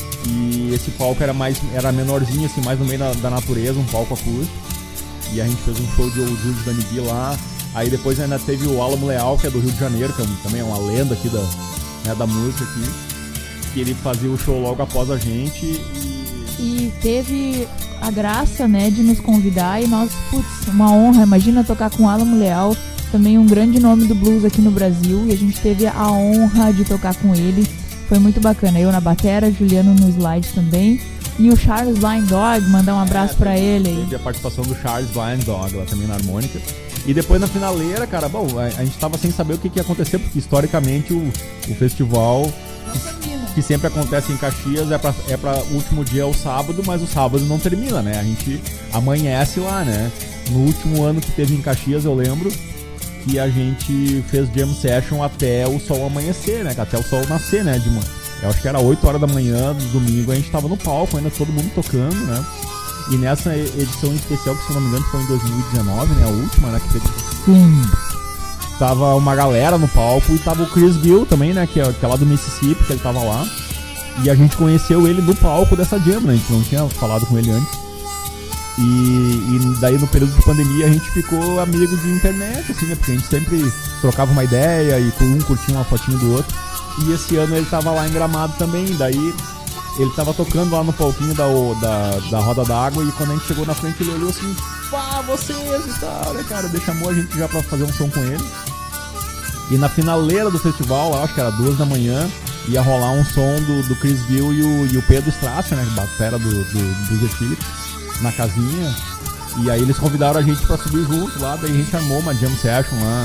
E esse palco era mais era menorzinho, assim, mais no meio da, da natureza, um palco acústico. E a gente fez um show de Old Jules Danny B lá. Aí depois ainda teve o Álamo Leal, que é do Rio de Janeiro, que é um, também é uma lenda aqui da, né, da música aqui. Que ele fazia o show logo após a gente. E, e teve a graça, né, de nos convidar. E nós, putz, uma honra. Imagina tocar com o Álamo Leal, também um grande nome do blues aqui no Brasil. E a gente teve a honra de tocar com ele. Foi muito bacana, eu na batera, Juliano no slide também. E o Charles Blind Dog, mandar um abraço é, pra ele aí. Teve a participação do Charles Blind Dog lá também na harmônica. E depois na finaleira, cara, bom, a, a gente tava sem saber o que, que ia acontecer, porque historicamente o, o festival que, que sempre acontece em Caxias é pra, é pra o último dia, é o sábado, mas o sábado não termina, né? A gente amanhece lá, né? No último ano que teve em Caxias, eu lembro que a gente fez jam session até o sol amanhecer, né? Até o sol nascer, né? De uma, eu acho que era oito horas da manhã do domingo, a gente tava no palco, ainda todo mundo tocando, né? E nessa edição especial, que se não me engano foi em dois mil e dezenove, né? A última, né? Que teve... Sim. Tava uma galera no palco e tava o Chris Gill também, né? Que é, que é lá do Mississippi, que ele tava lá. E a gente conheceu ele no palco dessa jam, né? A gente não tinha falado com ele antes. E, e daí no período de pandemia a gente ficou amigo de internet, assim, né? Porque a gente sempre trocava uma ideia e um curtia uma fotinho do outro. E esse ano ele tava lá em Gramado também, daí ele tava tocando lá no palquinho da, da, da roda d'água e quando a gente chegou na frente ele olhou assim, pá, vocês e tal, né, cara? Ele chamou a gente já pra fazer um som com ele. E na finaleira do festival, acho que era duas da manhã, ia rolar um som do, do Chris Gill e o, e o Pedro Strasser, né? Batera do, do, do The Phillips, na casinha. E aí eles convidaram a gente pra subir junto lá, daí a gente armou uma jam session lá.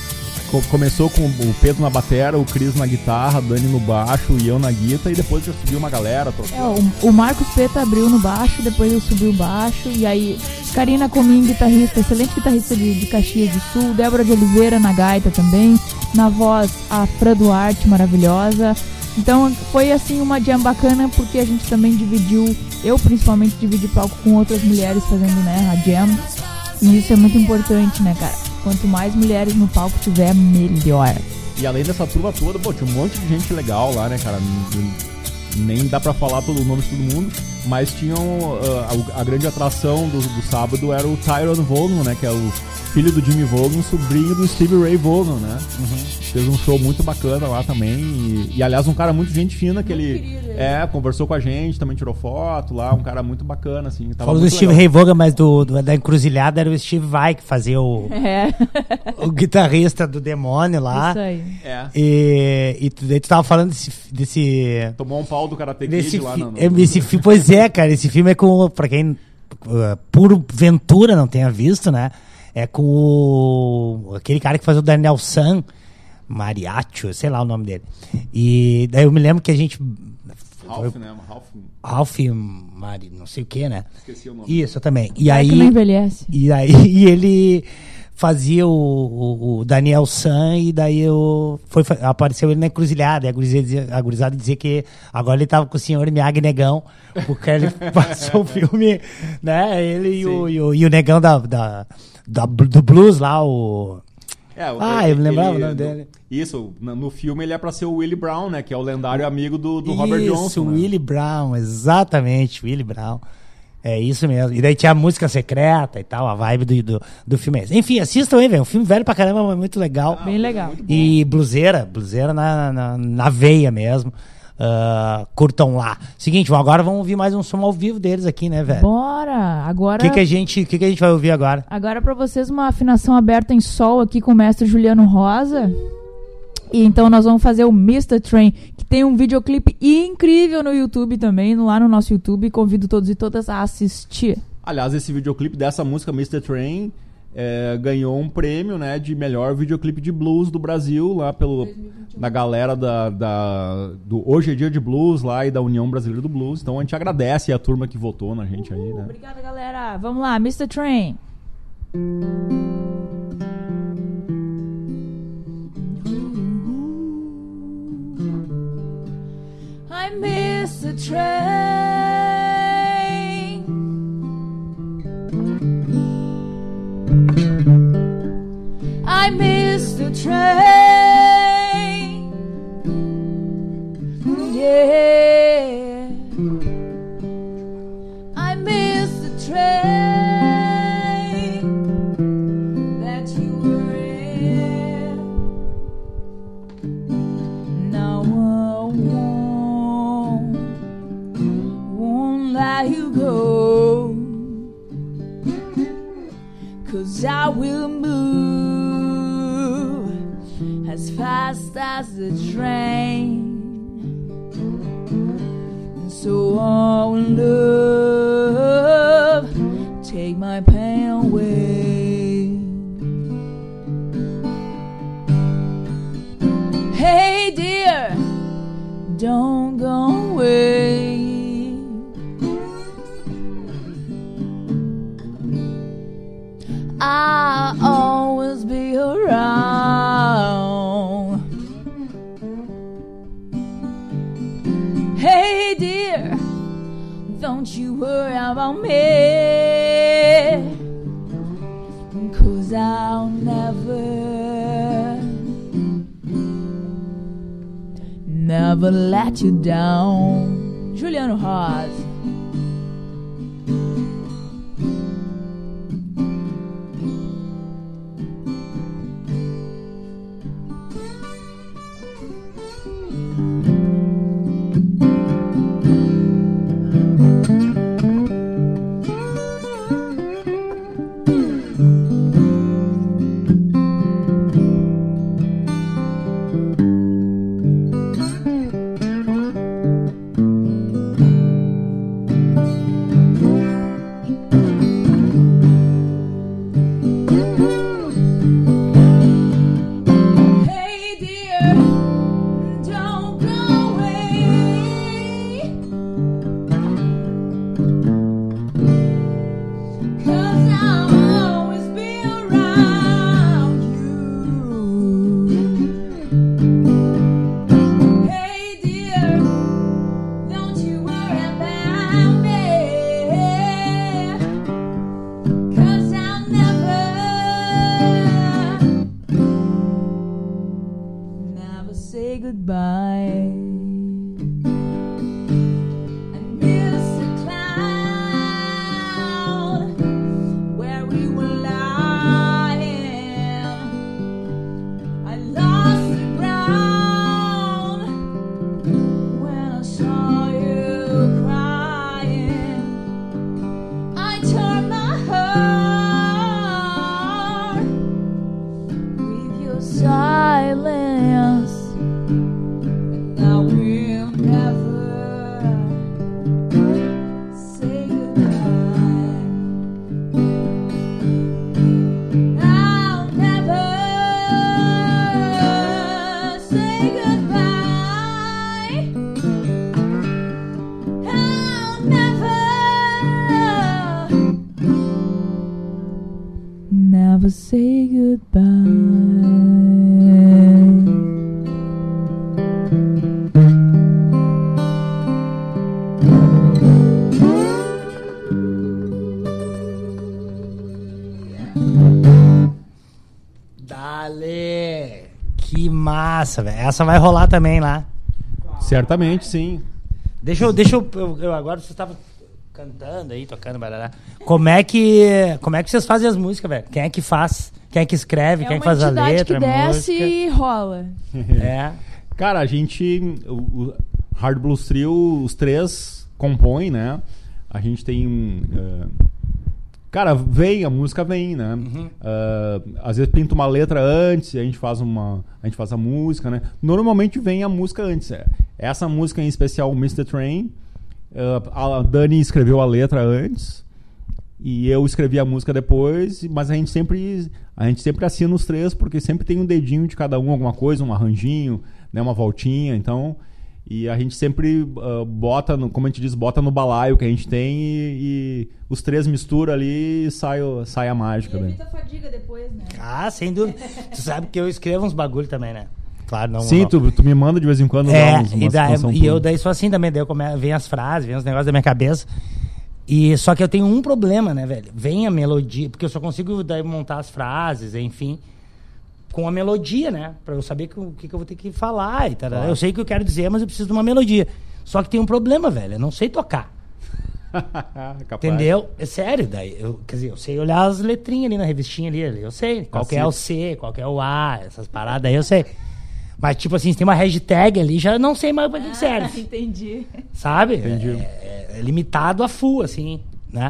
Começou com o Pedro na batera, o Cris na guitarra, Dani no baixo e eu na guitarra, e depois já subiu uma galera. É, o, o Marcos Peta abriu no baixo, depois eu subi o baixo, e aí Karina Comim, guitarrista, excelente guitarrista de, de Caxias do Sul, Débora de Oliveira na gaita também, na voz a Fran Duarte, maravilhosa, Então foi assim uma jam bacana, porque a gente também dividiu, eu principalmente dividi palco com outras mulheres fazendo, né, a jam. E isso é muito importante, né, cara? Quanto mais mulheres no palco tiver, melhor. E além dessa turma toda, pô, tinha um monte de gente legal lá, né, cara? Nem dá pra falar todo o nome de todo mundo, mas tinham uh, a, a grande atração do, do sábado era o Tyrone Vaughan, né, que é o filho do Jimmy Vaughan, sobrinho do Stevie Ray Vaughan, né? Uhum. Fez um show muito bacana lá também. E, e aliás, um cara muito gente fina que ele querido, é, conversou com a gente, também tirou foto lá, um cara muito bacana, assim. Tava Falou do Steve Ray Vaughan, mas do, do, da encruzilhada era o Steve Vai que fazia o, é. o guitarrista do Demônio lá. Isso aí. É. E, e tu, daí tu tava falando desse... desse Tomou um pau do Karate Kid lá. Fi, no, no... Esse, pois é, cara, esse filme é com, pra quem uh, por ventura não tenha visto, né? É com o, aquele cara que faz o Daniel San, Mariacho, sei lá o nome dele. E daí eu me lembro que a gente... Ralph, né? Ralph... Ralph Mari, não sei o que, né? Esqueci o nome. Isso, também. E é aí, que não envelhece. E aí e ele fazia o, o, o Daniel San e daí eu, foi, apareceu ele na encruzilhada. E a gurizada dizia, a gurizada dizia que agora ele tava com o senhor Miyagi Negão, porque ele passou o filme, né? Ele e o, e o, e o Negão da... da Da, do blues lá, o... É, o ah, ele, eu me lembrava ele, o nome dele. No, isso, no, no filme ele é pra ser o Willie Brown, né? Que é o lendário amigo do, do isso, Robert Johnson. Isso, né? Willie Brown, exatamente, Willie Brown. É isso mesmo. E daí tinha a música secreta e tal, a vibe do, do, do filme. Enfim, assistam aí, velho. Um filme velho pra caramba, mas muito legal. Ah, bem legal. E bluseira, bluseira na, na, na veia mesmo. Uh, curtam lá. Seguinte, agora vamos ouvir mais um som ao vivo deles aqui, né, velho? Bora! Agora... O que, que, a gente, que, que a gente vai ouvir agora? Agora pra vocês uma afinação aberta em sol aqui com o mestre Juliano Rosa. E então nós vamos fazer o mister Train, que tem um videoclipe incrível no YouTube também, lá no nosso YouTube. Convido todos e todas a assistir. Aliás, esse videoclipe dessa música, mister Train, é, ganhou um prêmio, né, de melhor videoclipe de blues do Brasil, lá pelo, da galera da, da, do Hoje é Dia de Blues lá e da União Brasileira do Blues. Então a gente agradece a turma que votou na gente aí, né? Obrigada, galera. Vamos lá, mister Train. I miss the train. I miss the train. Yeah. I miss the train that you were in. Now I won't, won't let you go, 'cause I will move as fast as the train. So all love, take my pain away. Hey dear, don't go away. I'll always be around. Hey dear, don't you worry about me, 'cause I'll never, never let you down. Juliano Rosa. Never say goodbye. I miss the cloud where we were lying. I lost the ground when I saw you crying. I turned my heart with your silence, and now we'll never say goodbye. I'll never say goodbye. I'll never, never say goodbye. Dale! Que massa, velho. Essa vai rolar também lá. Certamente, sim. Deixa eu, deixa eu, eu, eu agora você estava cantando aí, tocando, barará. Como é que, como é que vocês fazem as músicas, velho? Quem é que faz? Quem é que escreve? É quem é uma que faz a entidade letra, que a desce música? e rola. É. Cara, a gente, o, o Hard Blues Trio, os três compõem, né? A gente tem um... uh, cara, vem, a música vem, né? Uhum. Uh, às vezes pinta uma letra antes, a gente faz uma, a gente faz a música, né? Normalmente vem a música antes. É. Essa música em especial, mister Train, uh, a Dani escreveu a letra antes e eu escrevi a música depois, mas a gente sempre, a gente sempre assina os três porque sempre tem um dedinho de cada um, alguma coisa, um arranjinho, né? Uma voltinha, então... E a gente sempre uh, bota, no, como a gente diz, bota no balaio que a gente tem e, e os três misturam ali e sai, o- sai a mágica. E Né? evita a fadiga depois, né? Ah, sem dúvida. Tu sabe que eu escrevo uns bagulho também, né? Claro, não. Sim, não. tu, tu me manda de vez em quando É, dar uns, e, umas daí, canção e tua. eu daí sou assim também, daí eu come, vem as frases, vem os negócios da minha cabeça. E só que eu tenho um problema, né, velho? Vem a melodia, porque eu só consigo daí montar as frases, enfim, com a melodia, né? Pra eu saber que- o que, que eu vou ter que falar e tal. Claro. Eu sei o que eu quero dizer, mas eu preciso de uma melodia. Só que tem um problema, velho. Eu não sei tocar. Capaz. Entendeu? É sério, daí. Eu, quer dizer, eu sei olhar as letrinhas ali na revistinha ali, ali eu sei. Qual que é o C, qual que é o A, essas paradas aí eu sei. Mas, tipo assim, se tem uma hashtag ali, já não sei mais pra que que serve. Entendi. Sabe? Entendi. É, é limitado a full, assim, né?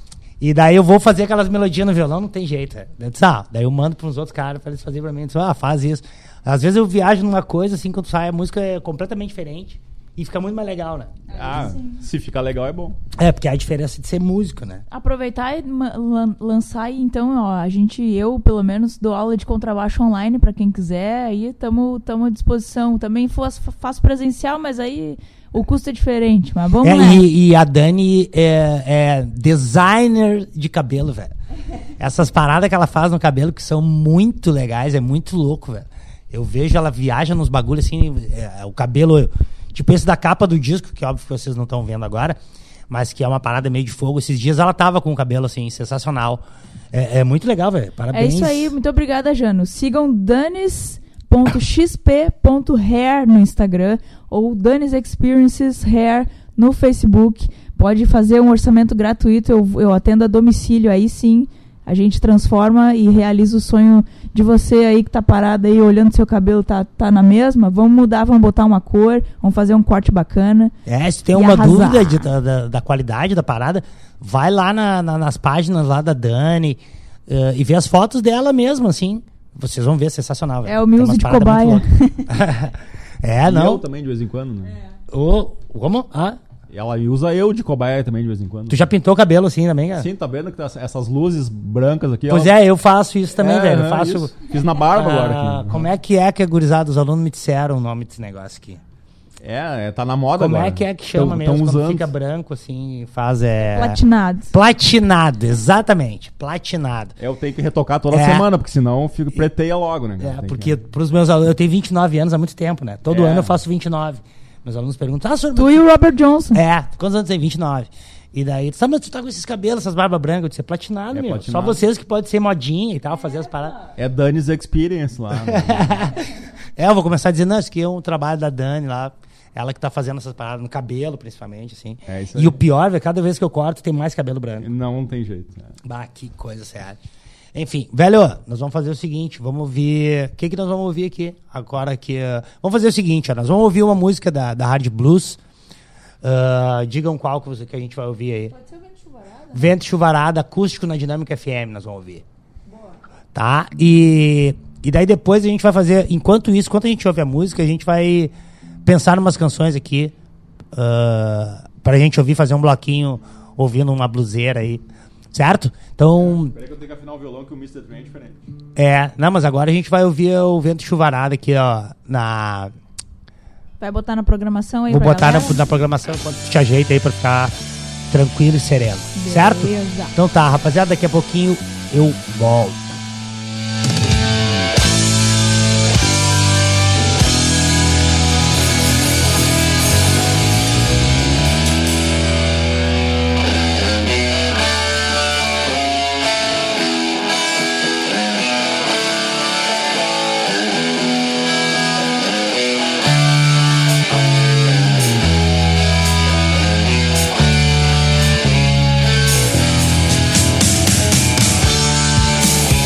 E daí eu vou fazer aquelas melodias no violão, não tem jeito. É. Eu disse, ah, daí eu mando para uns outros caras pra eles fazerem pra mim. Eu disse, ah, faz isso. Às vezes eu viajo numa coisa, assim, quando sai a música é completamente diferente. E fica muito mais legal, né? Ah, se ficar legal é bom. É, porque há a diferença de ser músico, né? Aproveitar e ma- lan- lançar e então, ó, a gente, eu pelo menos dou aula de contrabaixo online pra quem quiser, aí estamos à disposição. Também faço, faço presencial, mas aí o custo é diferente, mas vamos É, lá. e, e a Dani é, é designer de cabelo, velho. Essas paradas que ela faz no cabelo que são muito legais, é muito louco, velho. Eu vejo ela viaja nos bagulhos assim, é, o cabelo, tipo esse da capa do disco, que óbvio que vocês não estão vendo agora, mas que é uma parada meio de fogo. Esses dias ela tava com o cabelo assim, sensacional. É, é muito legal, velho. É Parabéns. isso aí, muito obrigada, Jano. Sigam danis ponto x p ponto hair no Instagram ou Danis Experiences Hair no Facebook. Pode fazer um orçamento gratuito, eu, eu atendo a domicílio, aí sim a gente transforma e realiza o sonho de você aí que tá parado aí olhando seu cabelo, tá, tá na mesma. Vamos mudar, vamos botar uma cor, vamos fazer um corte bacana. É, se tem E uma arrasar. dúvida de- da, da- da qualidade da parada, vai lá na- na- nas páginas lá da Dani eh, e vê as fotos dela mesmo, assim. Vocês vão ver, sensacional, velho. É o Tem Muse umas de paradas cobaia. muito loucas. É, E eu não. também de vez em quando, né? Ô, como? Ah, Ela usa eu de cobaia também de vez em quando. tu já pintou o cabelo assim também, cara? Sim, tá vendo que tá essas luzes brancas aqui? Pois ó. é, eu faço isso também, É, velho. Eu é, faço. isso. Fiz na barba Ah, agora aqui. Como é que é que é gurizada? Os alunos me disseram o nome desse negócio aqui. É, é, tá na moda Como agora. é que é que chama Tão- mesmo? tão Quando usando. fica branco assim, e faz é. Platinado. Platinado, exatamente. Platinado. Eu tenho que retocar toda É. semana, porque senão fico preteia logo, né? É, Tem porque que- pros meus alunos, eu tenho vinte e nove anos há muito tempo, né? Todo É. ano eu faço vinte e nove. Meus alunos perguntam, ah, senhor, Tu e o Robert Johnson. é, quantos anos tem? vinte e nove. E daí, sabe, mas tu tá com esses cabelos, essas barbas brancas, eu disse, é platinado, É meu. platinado. Só vocês que podem ser modinha e tal, fazer as paradas. É Danis Experience lá. Né? É, eu vou começar dizendo, não, isso aqui é um trabalho da Dani lá. Ela que tá fazendo essas paradas no cabelo, principalmente, assim. É isso e aí. o pior, velho, cada vez que eu corto, tem mais cabelo branco. Não, não tem jeito. Né? Bah, que coisa séria. Enfim, velho, nós vamos fazer o seguinte, vamos ouvir... O que que nós vamos ouvir aqui? Agora aqui... Uh... Vamos fazer o seguinte, ó, nós vamos ouvir uma música da, da Hard Blues. Uh, digam qual que, você, que a gente vai ouvir aí. Pode ser o Vento Chuvarada. Vento Chuvarada, acústico na Dinâmica F M, nós vamos ouvir. Boa. Tá? E, e daí depois a gente vai fazer... Enquanto isso, enquanto a gente ouve a música, a gente vai pensar em umas canções aqui uh, pra gente ouvir, fazer um bloquinho ouvindo uma bluseira aí. Certo? Então... Peraí que eu tenho que afinar o violão que o mister Trem é diferente. É, não, mas agora a gente vai ouvir o Vento Chuvarada aqui, ó, na... Vai botar na programação aí Vou pra botar na, galera? na programação enquanto tu te ajeita aí pra ficar tranquilo e sereno. Beleza. Certo? Então tá, rapaziada, daqui a pouquinho eu volto. Thank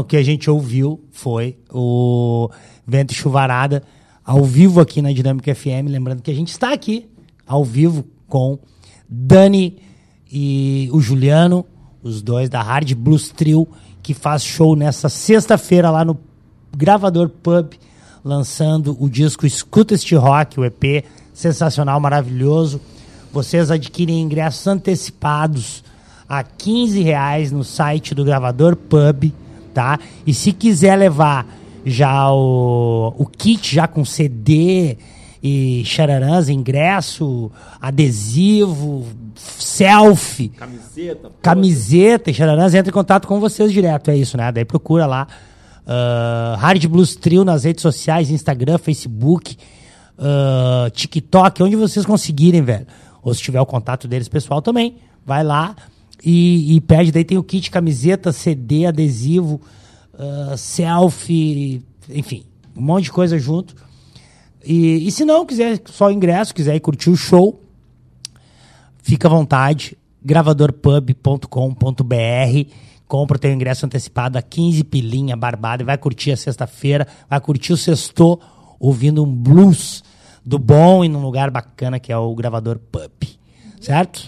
que a gente ouviu foi o Vento e Chuvarada ao vivo aqui na Dinâmica F M. Lembrando que a gente está aqui ao vivo com Dani e o Juliano, os dois da Hard Blues Trio, que faz show nessa sexta-feira lá no Gravador Pub, lançando o disco Escuta Este Rock, o E P sensacional, maravilhoso. Vocês adquirem ingressos antecipados a quinze reais no site do Gravador Pub, tá? E se quiser levar já o, o kit já com C D e chararãs, ingresso, adesivo, selfie, Camiseta. camiseta e chararãs, entra em contato com vocês direto, é isso, né? Daí procura lá uh, Hard Blues Trio nas redes sociais, Instagram, Facebook, uh, TikTok, onde vocês conseguirem, velho. Ou se tiver o contato deles pessoal também, vai lá e, e pede. Daí tem o kit, camiseta, C D, adesivo, uh, selfie, enfim, um monte de coisa junto. E, e se não quiser só ingresso, quiser ir curtir o show, fica à vontade, gravador pub ponto com ponto b r, compra o teu ingresso antecipado a quinze pilinha, barbada, e vai curtir a sexta-feira, vai curtir o sexto ouvindo um blues do bom e num lugar bacana que é o Gravador Pub, certo?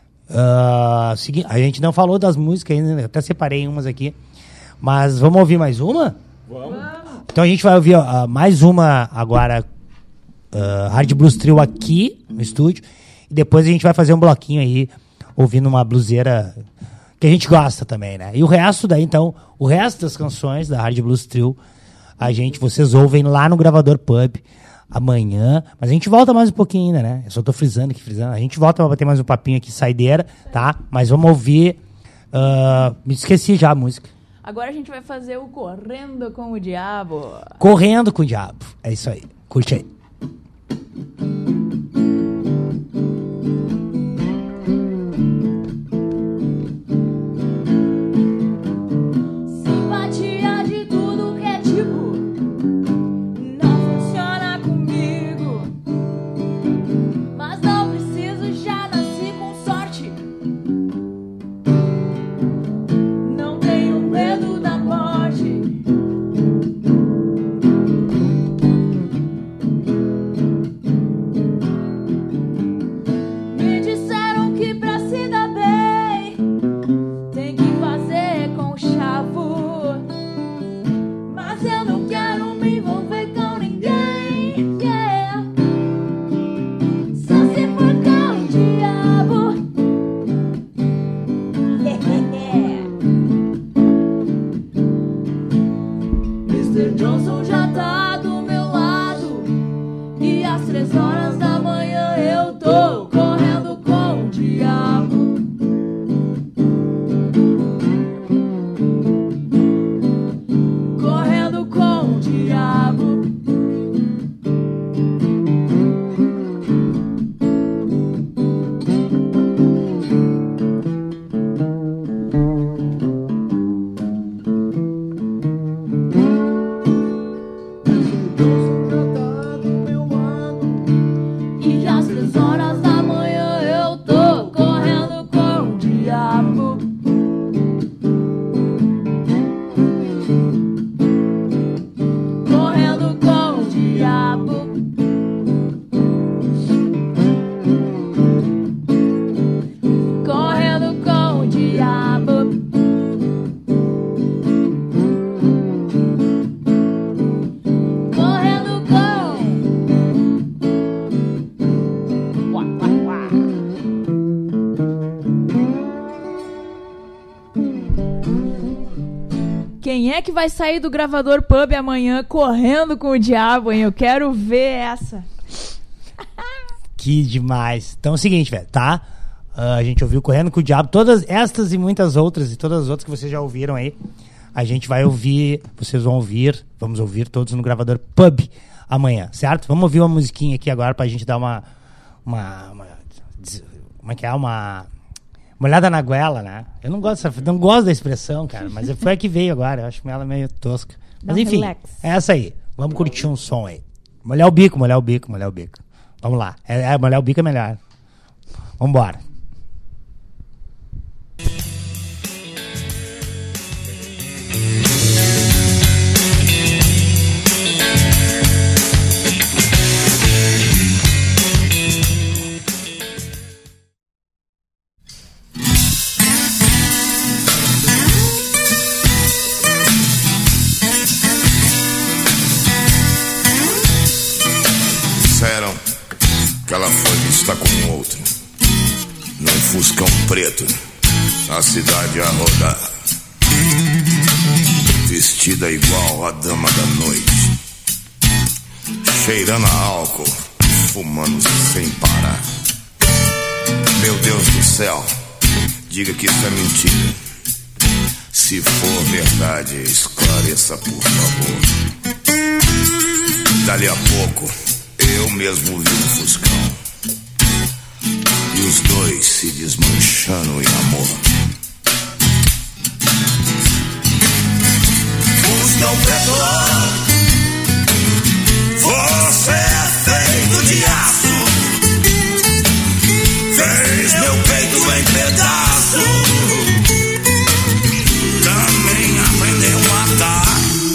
Uh, segui- a gente não falou das músicas ainda, eu até separei umas aqui, mas vamos ouvir mais uma? Vamos. Então a gente vai ouvir uh, mais uma agora, uh, Hard Blues Trio aqui no estúdio, e depois a gente vai fazer um bloquinho aí, ouvindo uma bluseira que a gente gosta também, né? E o resto daí, então, o resto das canções da Hard Blues Trio, a gente, vocês ouvem lá no Gravador Pub amanhã, mas a gente volta mais um pouquinho ainda, né? Eu só tô frisando aqui, frisando. A gente volta pra bater mais um papinho aqui, saideira, tá? Mas vamos ouvir, uh, me esqueci já a música. Agora a gente vai fazer o Correndo com o Diabo. Correndo com o Diabo, é isso aí, curte aí. Simpatia de tudo que é tipo não funciona comigo, mas não preciso, já nasci com sorte. Não tenho medo da morte. Me disseram que pra se dar bem tem que fazer com chavo, mas eu não quero me envolver com ninguém, yeah. Só se for com o diabo. mister Johnson já tá do meu lado, e às três horas da manhã eu tô correndo com o diabo. Correndo com o diabo. E às três horas da manhã eu tô correndo com o diabo. Correndo com o diabo. Correndo com o diabo. Correndo com. Uá, uá, uá. Quem é que vai sair do Gravador Pub amanhã correndo com o diabo, hein? Eu quero ver essa. Que demais. Então é o seguinte, velho, tá? Uh, a gente ouviu Correndo com o Diabo, todas estas e muitas outras, e todas as outras que vocês já ouviram aí, a gente vai ouvir, vocês vão ouvir, vamos ouvir todos no Gravador Pub amanhã, certo? Vamos ouvir uma musiquinha aqui agora pra gente dar uma, uma, uma como é que é, uma, uma olhada na goela, né? Eu não gosto, dessa, não gosto da expressão, cara, mas foi a que veio agora, eu acho ela meio tosca. Mas Dá um enfim, relax. é essa aí, vamos curtir um som aí. Molhar o bico, molhar o bico, molhar o bico. Vamos lá, é, é, molhar o bico é melhor. Vambora. Música Fuscão preto, a cidade a rodar, vestida igual a dama da noite, cheirando a álcool, fumando sem parar. Meu Deus do céu, diga que isso é mentira. Se for verdade, esclareça por favor. Dali a pouco, eu mesmo vi um Fuscão e os dois se desmanchando em amor. Fuscão preto, você é feito de aço, fez meu peito em pedaço, também aprendeu a matar.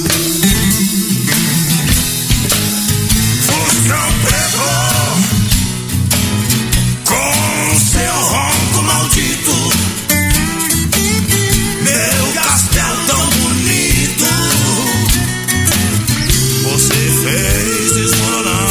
Fuscão preto, com seu ronco maldito, meu castelo tão bonito, você fez desmoronar.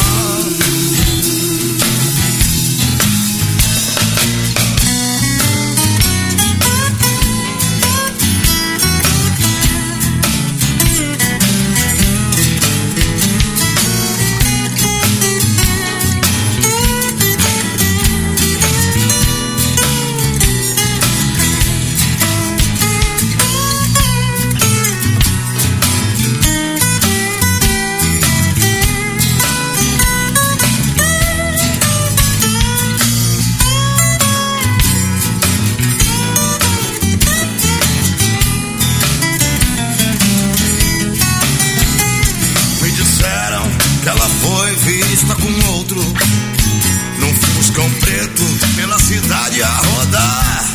Com outro, num Fuscão preto, pela cidade a rodar,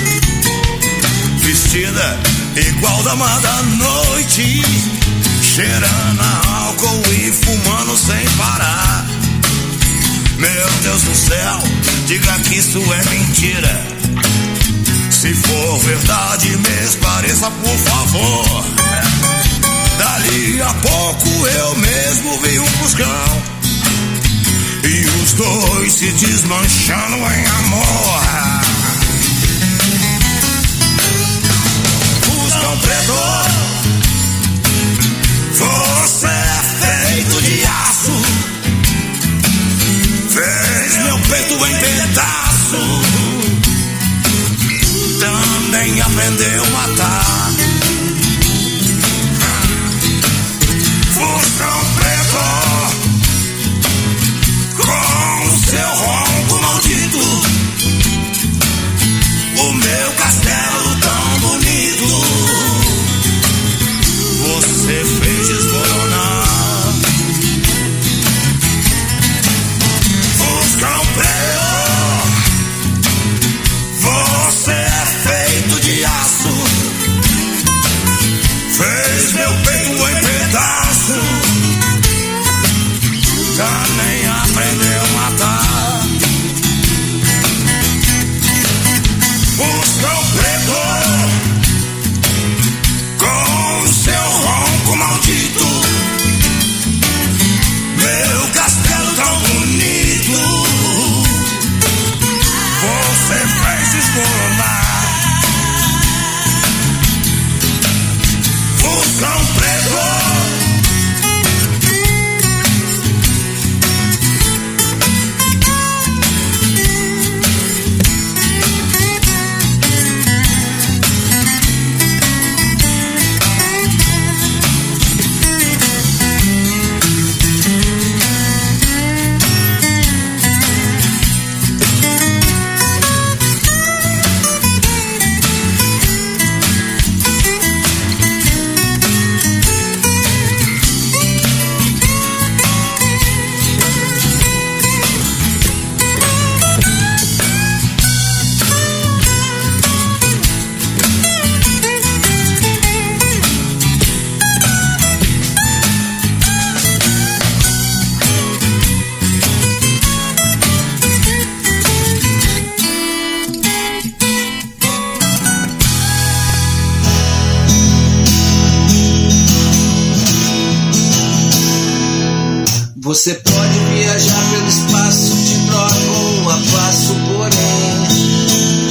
vestida igual dama da noite, cheirando a álcool e fumando sem parar. Meu Deus do céu, diga que isso é mentira. Se for verdade, me esclareça por favor. Dali a pouco eu mesmo vi um Fuscão e os dois se desmanchando em amor. Fuscão preto, você é feito de aço, fez meu peito em pedaço, também aprendeu a matar. Fuscão preto, com seu ronco maldito, o meu castelo tão bonito, você fez desmoronar. Fuscão preto, você é feito de aço, fez meu peito em pedaço, também aprendeu a matar. Fuscão preto, com seu ronco maldito, meu castelo tão bonito, você fez desmoronar. Fuscão preto, Você pode viajar pelo espaço, te troca um a passo, porém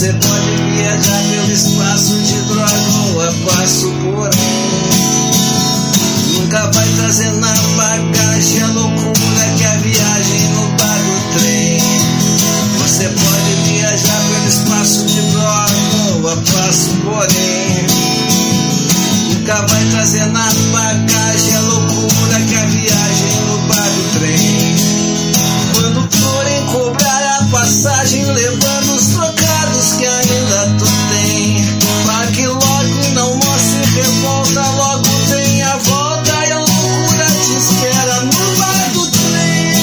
Você pode viajar pelo espaço de droga a passo, porém nunca vai trazer na bagagem a loucura que a viagem no bar do trem. Você pode viajar pelo espaço de droga a passo, porém nunca vai trazer na bagagem a loucura que a viagem no bar do trem. Quando forem cobrar a passagem, levando os trocados que ainda tu tem, pra que logo não mostre revolta, logo tem a volta e a loucura te espera no bar do trem.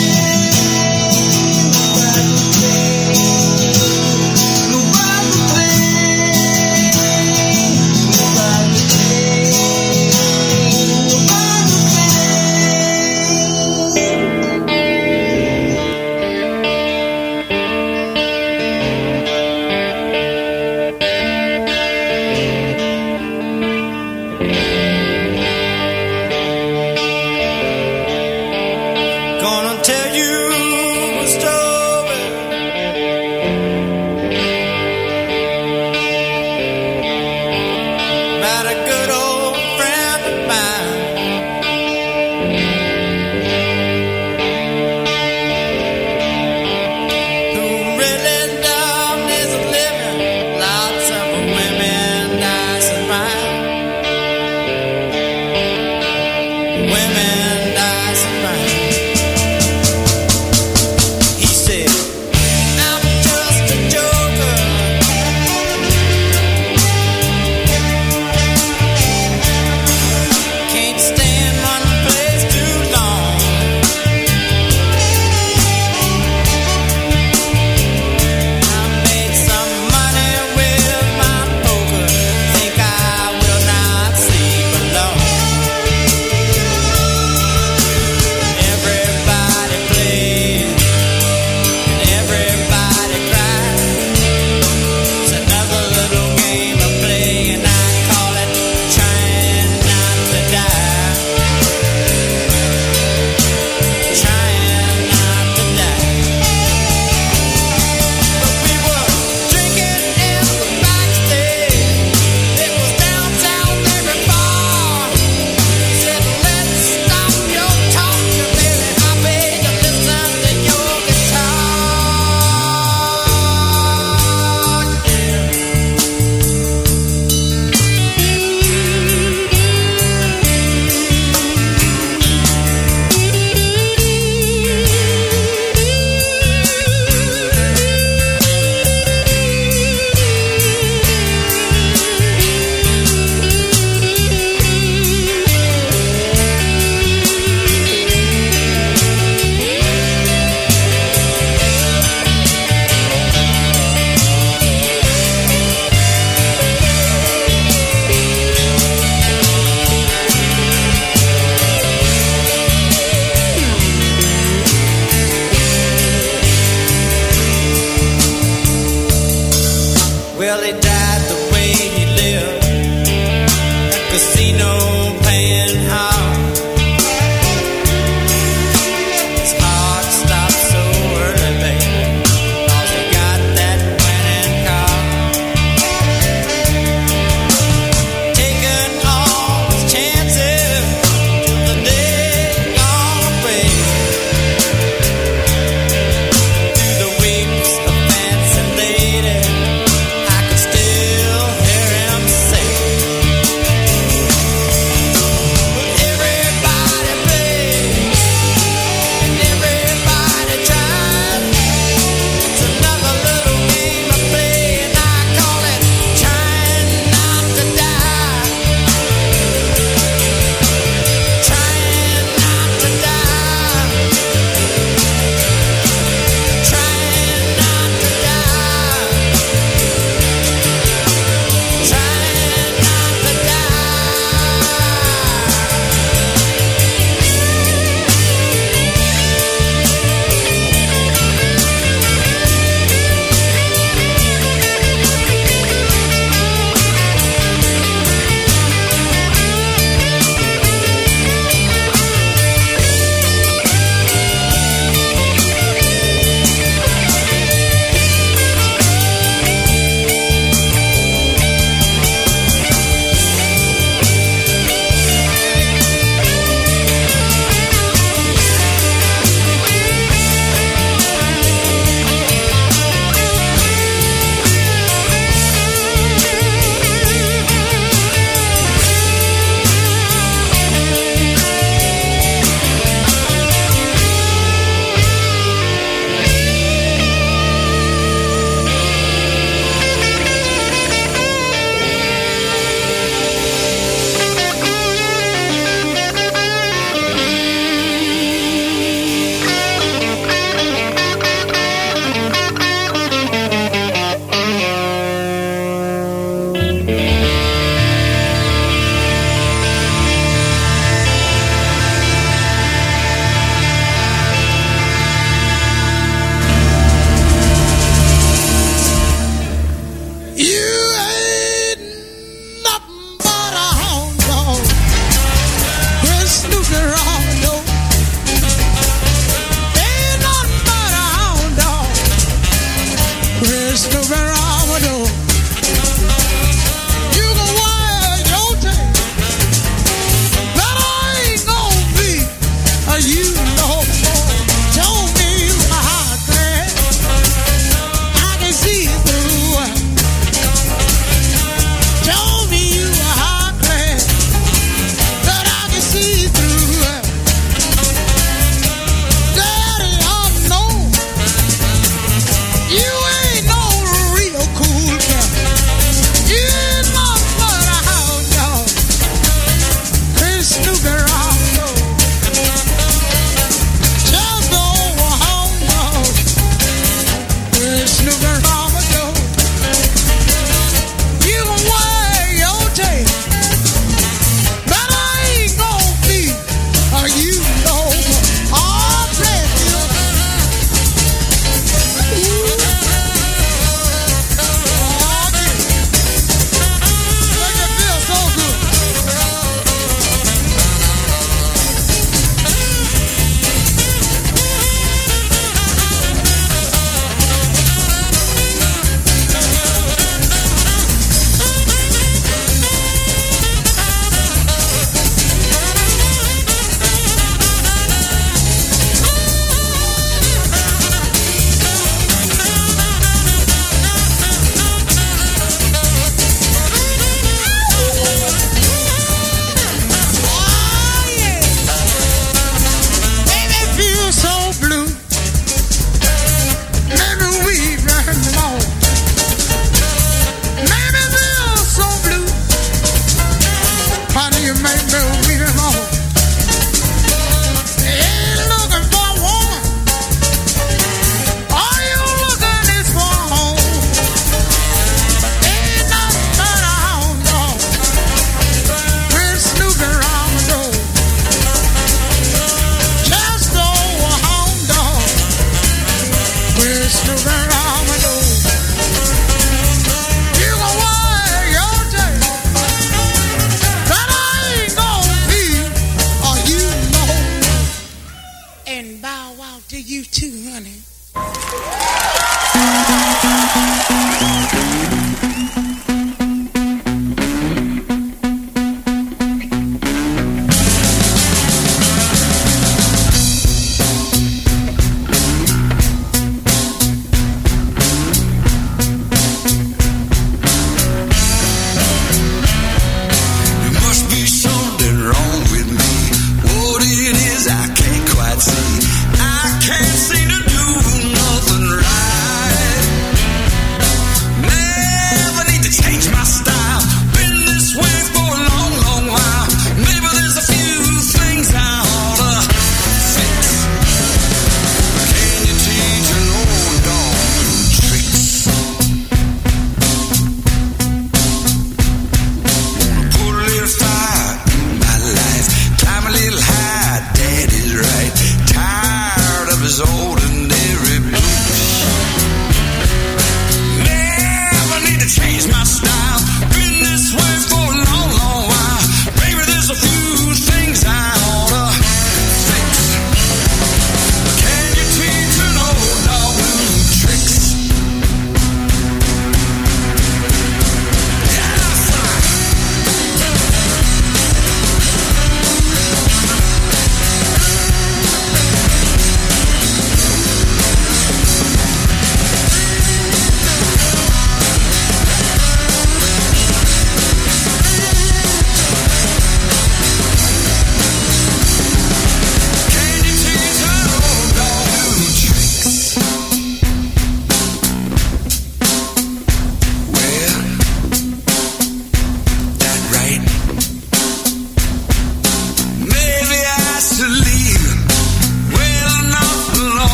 No bar do trem, no bar do trem, no bar do trem, no bar do Gonna tell you a story about a good old friend of mine who really loved his living. Lots of women nice and fine, women nice and fine. He said, I'm just a joker, can't stand one place too long. I made some money with my poker, think I will not sleep alone. Everybody plays and everybody cries. It's another little game I play and I call it trying not to die. Trying not to die. But we were drinking in the backstage. It was downtown every bar. Said, let's stop your talking, baby. I paid to listen to your guitar. Well, he died the way he lived, a casino paying hard. His heart stopped so early, baby, 'cause he got that winning car. Taking all his chances till the day gone away. Through the weeks of fancy lady, I could still hear him say,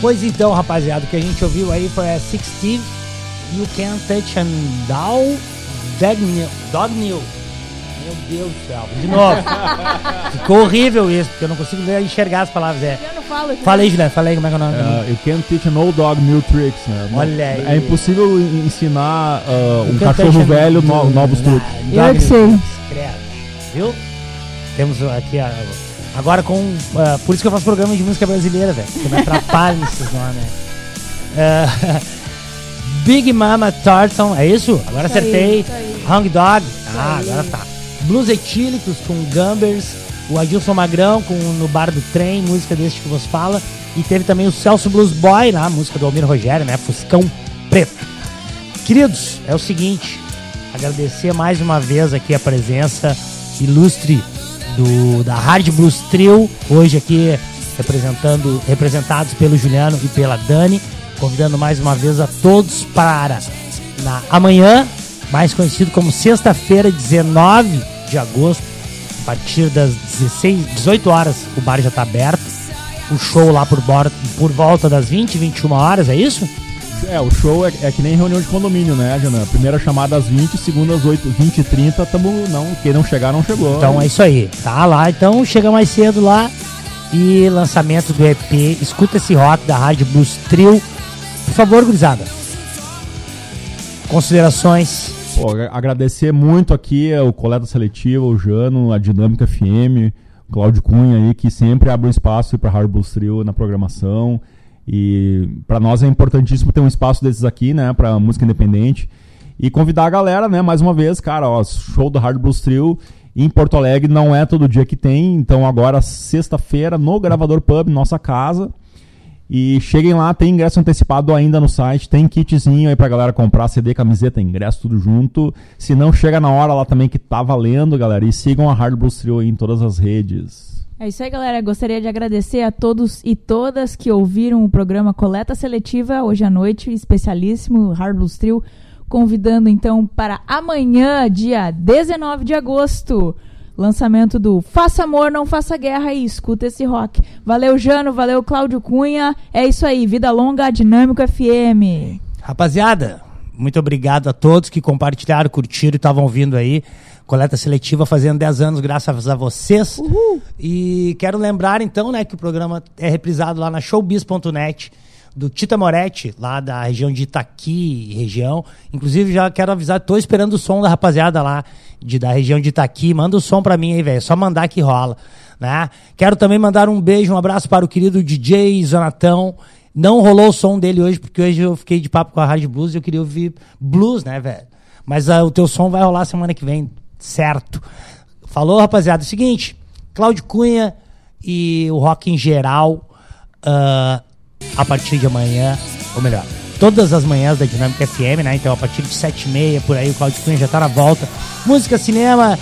Pois então, rapaziada, o que a gente ouviu aí foi a Six Steve, You Can't Touch and Down, Dog New. Meu Deus do céu. De novo. Ficou horrível isso, porque eu não consigo ver, enxergar as palavras. É. Eu não falo. Falei, Juliano, falei como é que é o nome. Uh, you can't teach an old dog new tricks, né? Olha aí. É impossível ensinar uh, um cachorro velho no, novos truques. Eu que sei. Viu? Temos aqui a... Agora com... Uh, por isso que eu faço programa de música brasileira, velho. Porque me atrapalha nesses nomes, né? Uh, Big Mama Thornton, é isso? Agora isso acertei. Aí, aí. Hung Dog. Ah, aí. Agora tá. Blues Etílicos com Gumbers. O Adilson Magrão com No Bar do Trem, música deste que vos fala. E teve também o Celso Blues Boy, né? Música do Almir Rogério, né? Fuscão Preto. Queridos, é o seguinte. Agradecer mais uma vez aqui a presença ilustre do, da Hard Blues Trio. Hoje aqui representando, representados pelo Juliano e pela Dani. Convidando mais uma vez a todos para na amanhã, mais conhecido como sexta-feira, dezenove de agosto, a partir das dezesseis, dezoito horas, o bar já está aberto. O show lá por, por volta das vinte, vinte e uma horas, é isso? É, o show é, é que nem reunião de condomínio, né, Jana? Primeira chamada às vinte, segunda às oito, vinte e trinta, tamo, não, quem não chegar não chegou. Então é isso aí, tá lá, então chega mais cedo lá e lançamento do E P, escuta esse rock da Hard Blues Trio. Por favor, gurizada. Considerações. Pô, agradecer muito aqui o Coleta Seletiva, o Jano, a Dinâmica F M, o Cláudio Cunha aí, que sempre abre um espaço para Hard Blues Trio na programação. E para nós é importantíssimo ter um espaço desses aqui, né, para música independente. E convidar a galera, né, mais uma vez, cara, ó, show do Hard Blues Trio em Porto Alegre não é todo dia que tem. Então agora, sexta-feira, no Gravador Pub, nossa casa. E cheguem lá, tem ingresso antecipado ainda no site, tem kitzinho aí pra galera comprar, C D, camiseta, ingresso, tudo junto. Se não, chega na hora lá também que tá valendo, galera. E sigam a Hard Blues Trio aí em todas as redes. É isso aí, galera. Gostaria de agradecer a todos e todas que ouviram o programa Coleta Seletiva hoje à noite, especialíssimo, Hard Blues Trio, convidando então para amanhã, dia dezenove de agosto. Lançamento do Faça Amor, Não Faça Guerra e escuta esse rock. Valeu, Jano, valeu, Cláudio Cunha. É isso aí, vida longa, Dinâmico F M. Rapaziada, muito obrigado a todos que compartilharam, curtiram e estavam ouvindo aí. Coleta Seletiva fazendo dez anos graças a vocês. Uhul. E quero lembrar então, né, que o programa é reprisado lá na showbiz ponto net do Tita Moretti, lá da região de Itaqui, região. Inclusive, já quero avisar, tô esperando o som da rapaziada lá de, da região de Itaqui. Manda o som pra mim aí, velho. É só mandar que rola, né? Quero também mandar um beijo, um abraço para o querido D J Zonatão. Não rolou o som dele hoje, porque hoje eu fiquei de papo com a Hard Blues e eu queria ouvir blues, né, velho? Mas uh, o teu som vai rolar semana que vem, certo? Falou, rapaziada. É o seguinte, Cláudio Cunha e o rock em geral... Uh, a partir de amanhã, ou melhor, todas as manhãs da Dinâmica F M, né? Então a partir de sete e meia, por aí, o Cláudio Cunha já tá na volta. Música, cinema,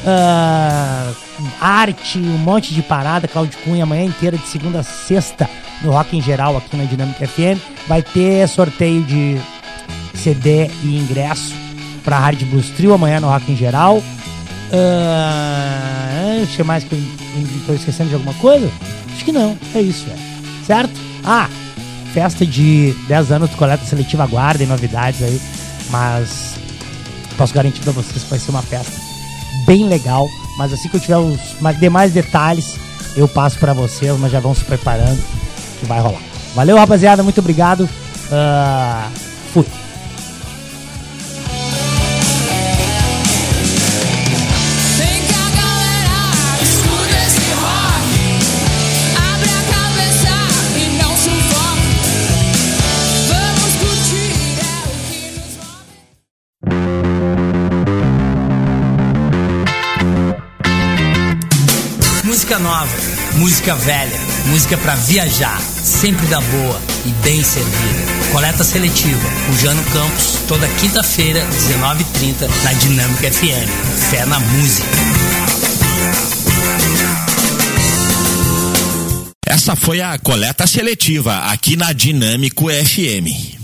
uh, arte, um monte de parada. Cláudio Cunha, amanhã inteira, de segunda a sexta, no Rock em Geral, aqui na Dinâmica F M. Vai ter sorteio de C D e ingresso pra Hard Blues Trio, amanhã no Rock em Geral. Uh, deixa eu mais que eu tô esquecendo de alguma coisa? Acho que não, é isso, velho. Certo? Ah, festa de dez anos do Coleta Seletiva, aguardem novidades aí, mas posso garantir pra vocês que vai ser uma festa bem legal, mas assim que eu tiver os demais detalhes, eu passo pra vocês, mas já vão se preparando que vai rolar. Valeu, rapaziada, muito obrigado, uh, fui. Música nova, música velha, música pra viajar, sempre da boa e bem servida. Coleta Seletiva, com Jano Campos, toda quinta-feira, dezenove e trinta, na Dinâmica F M. Fé na música. Essa foi a Coleta Seletiva, aqui na Dinâmico F M.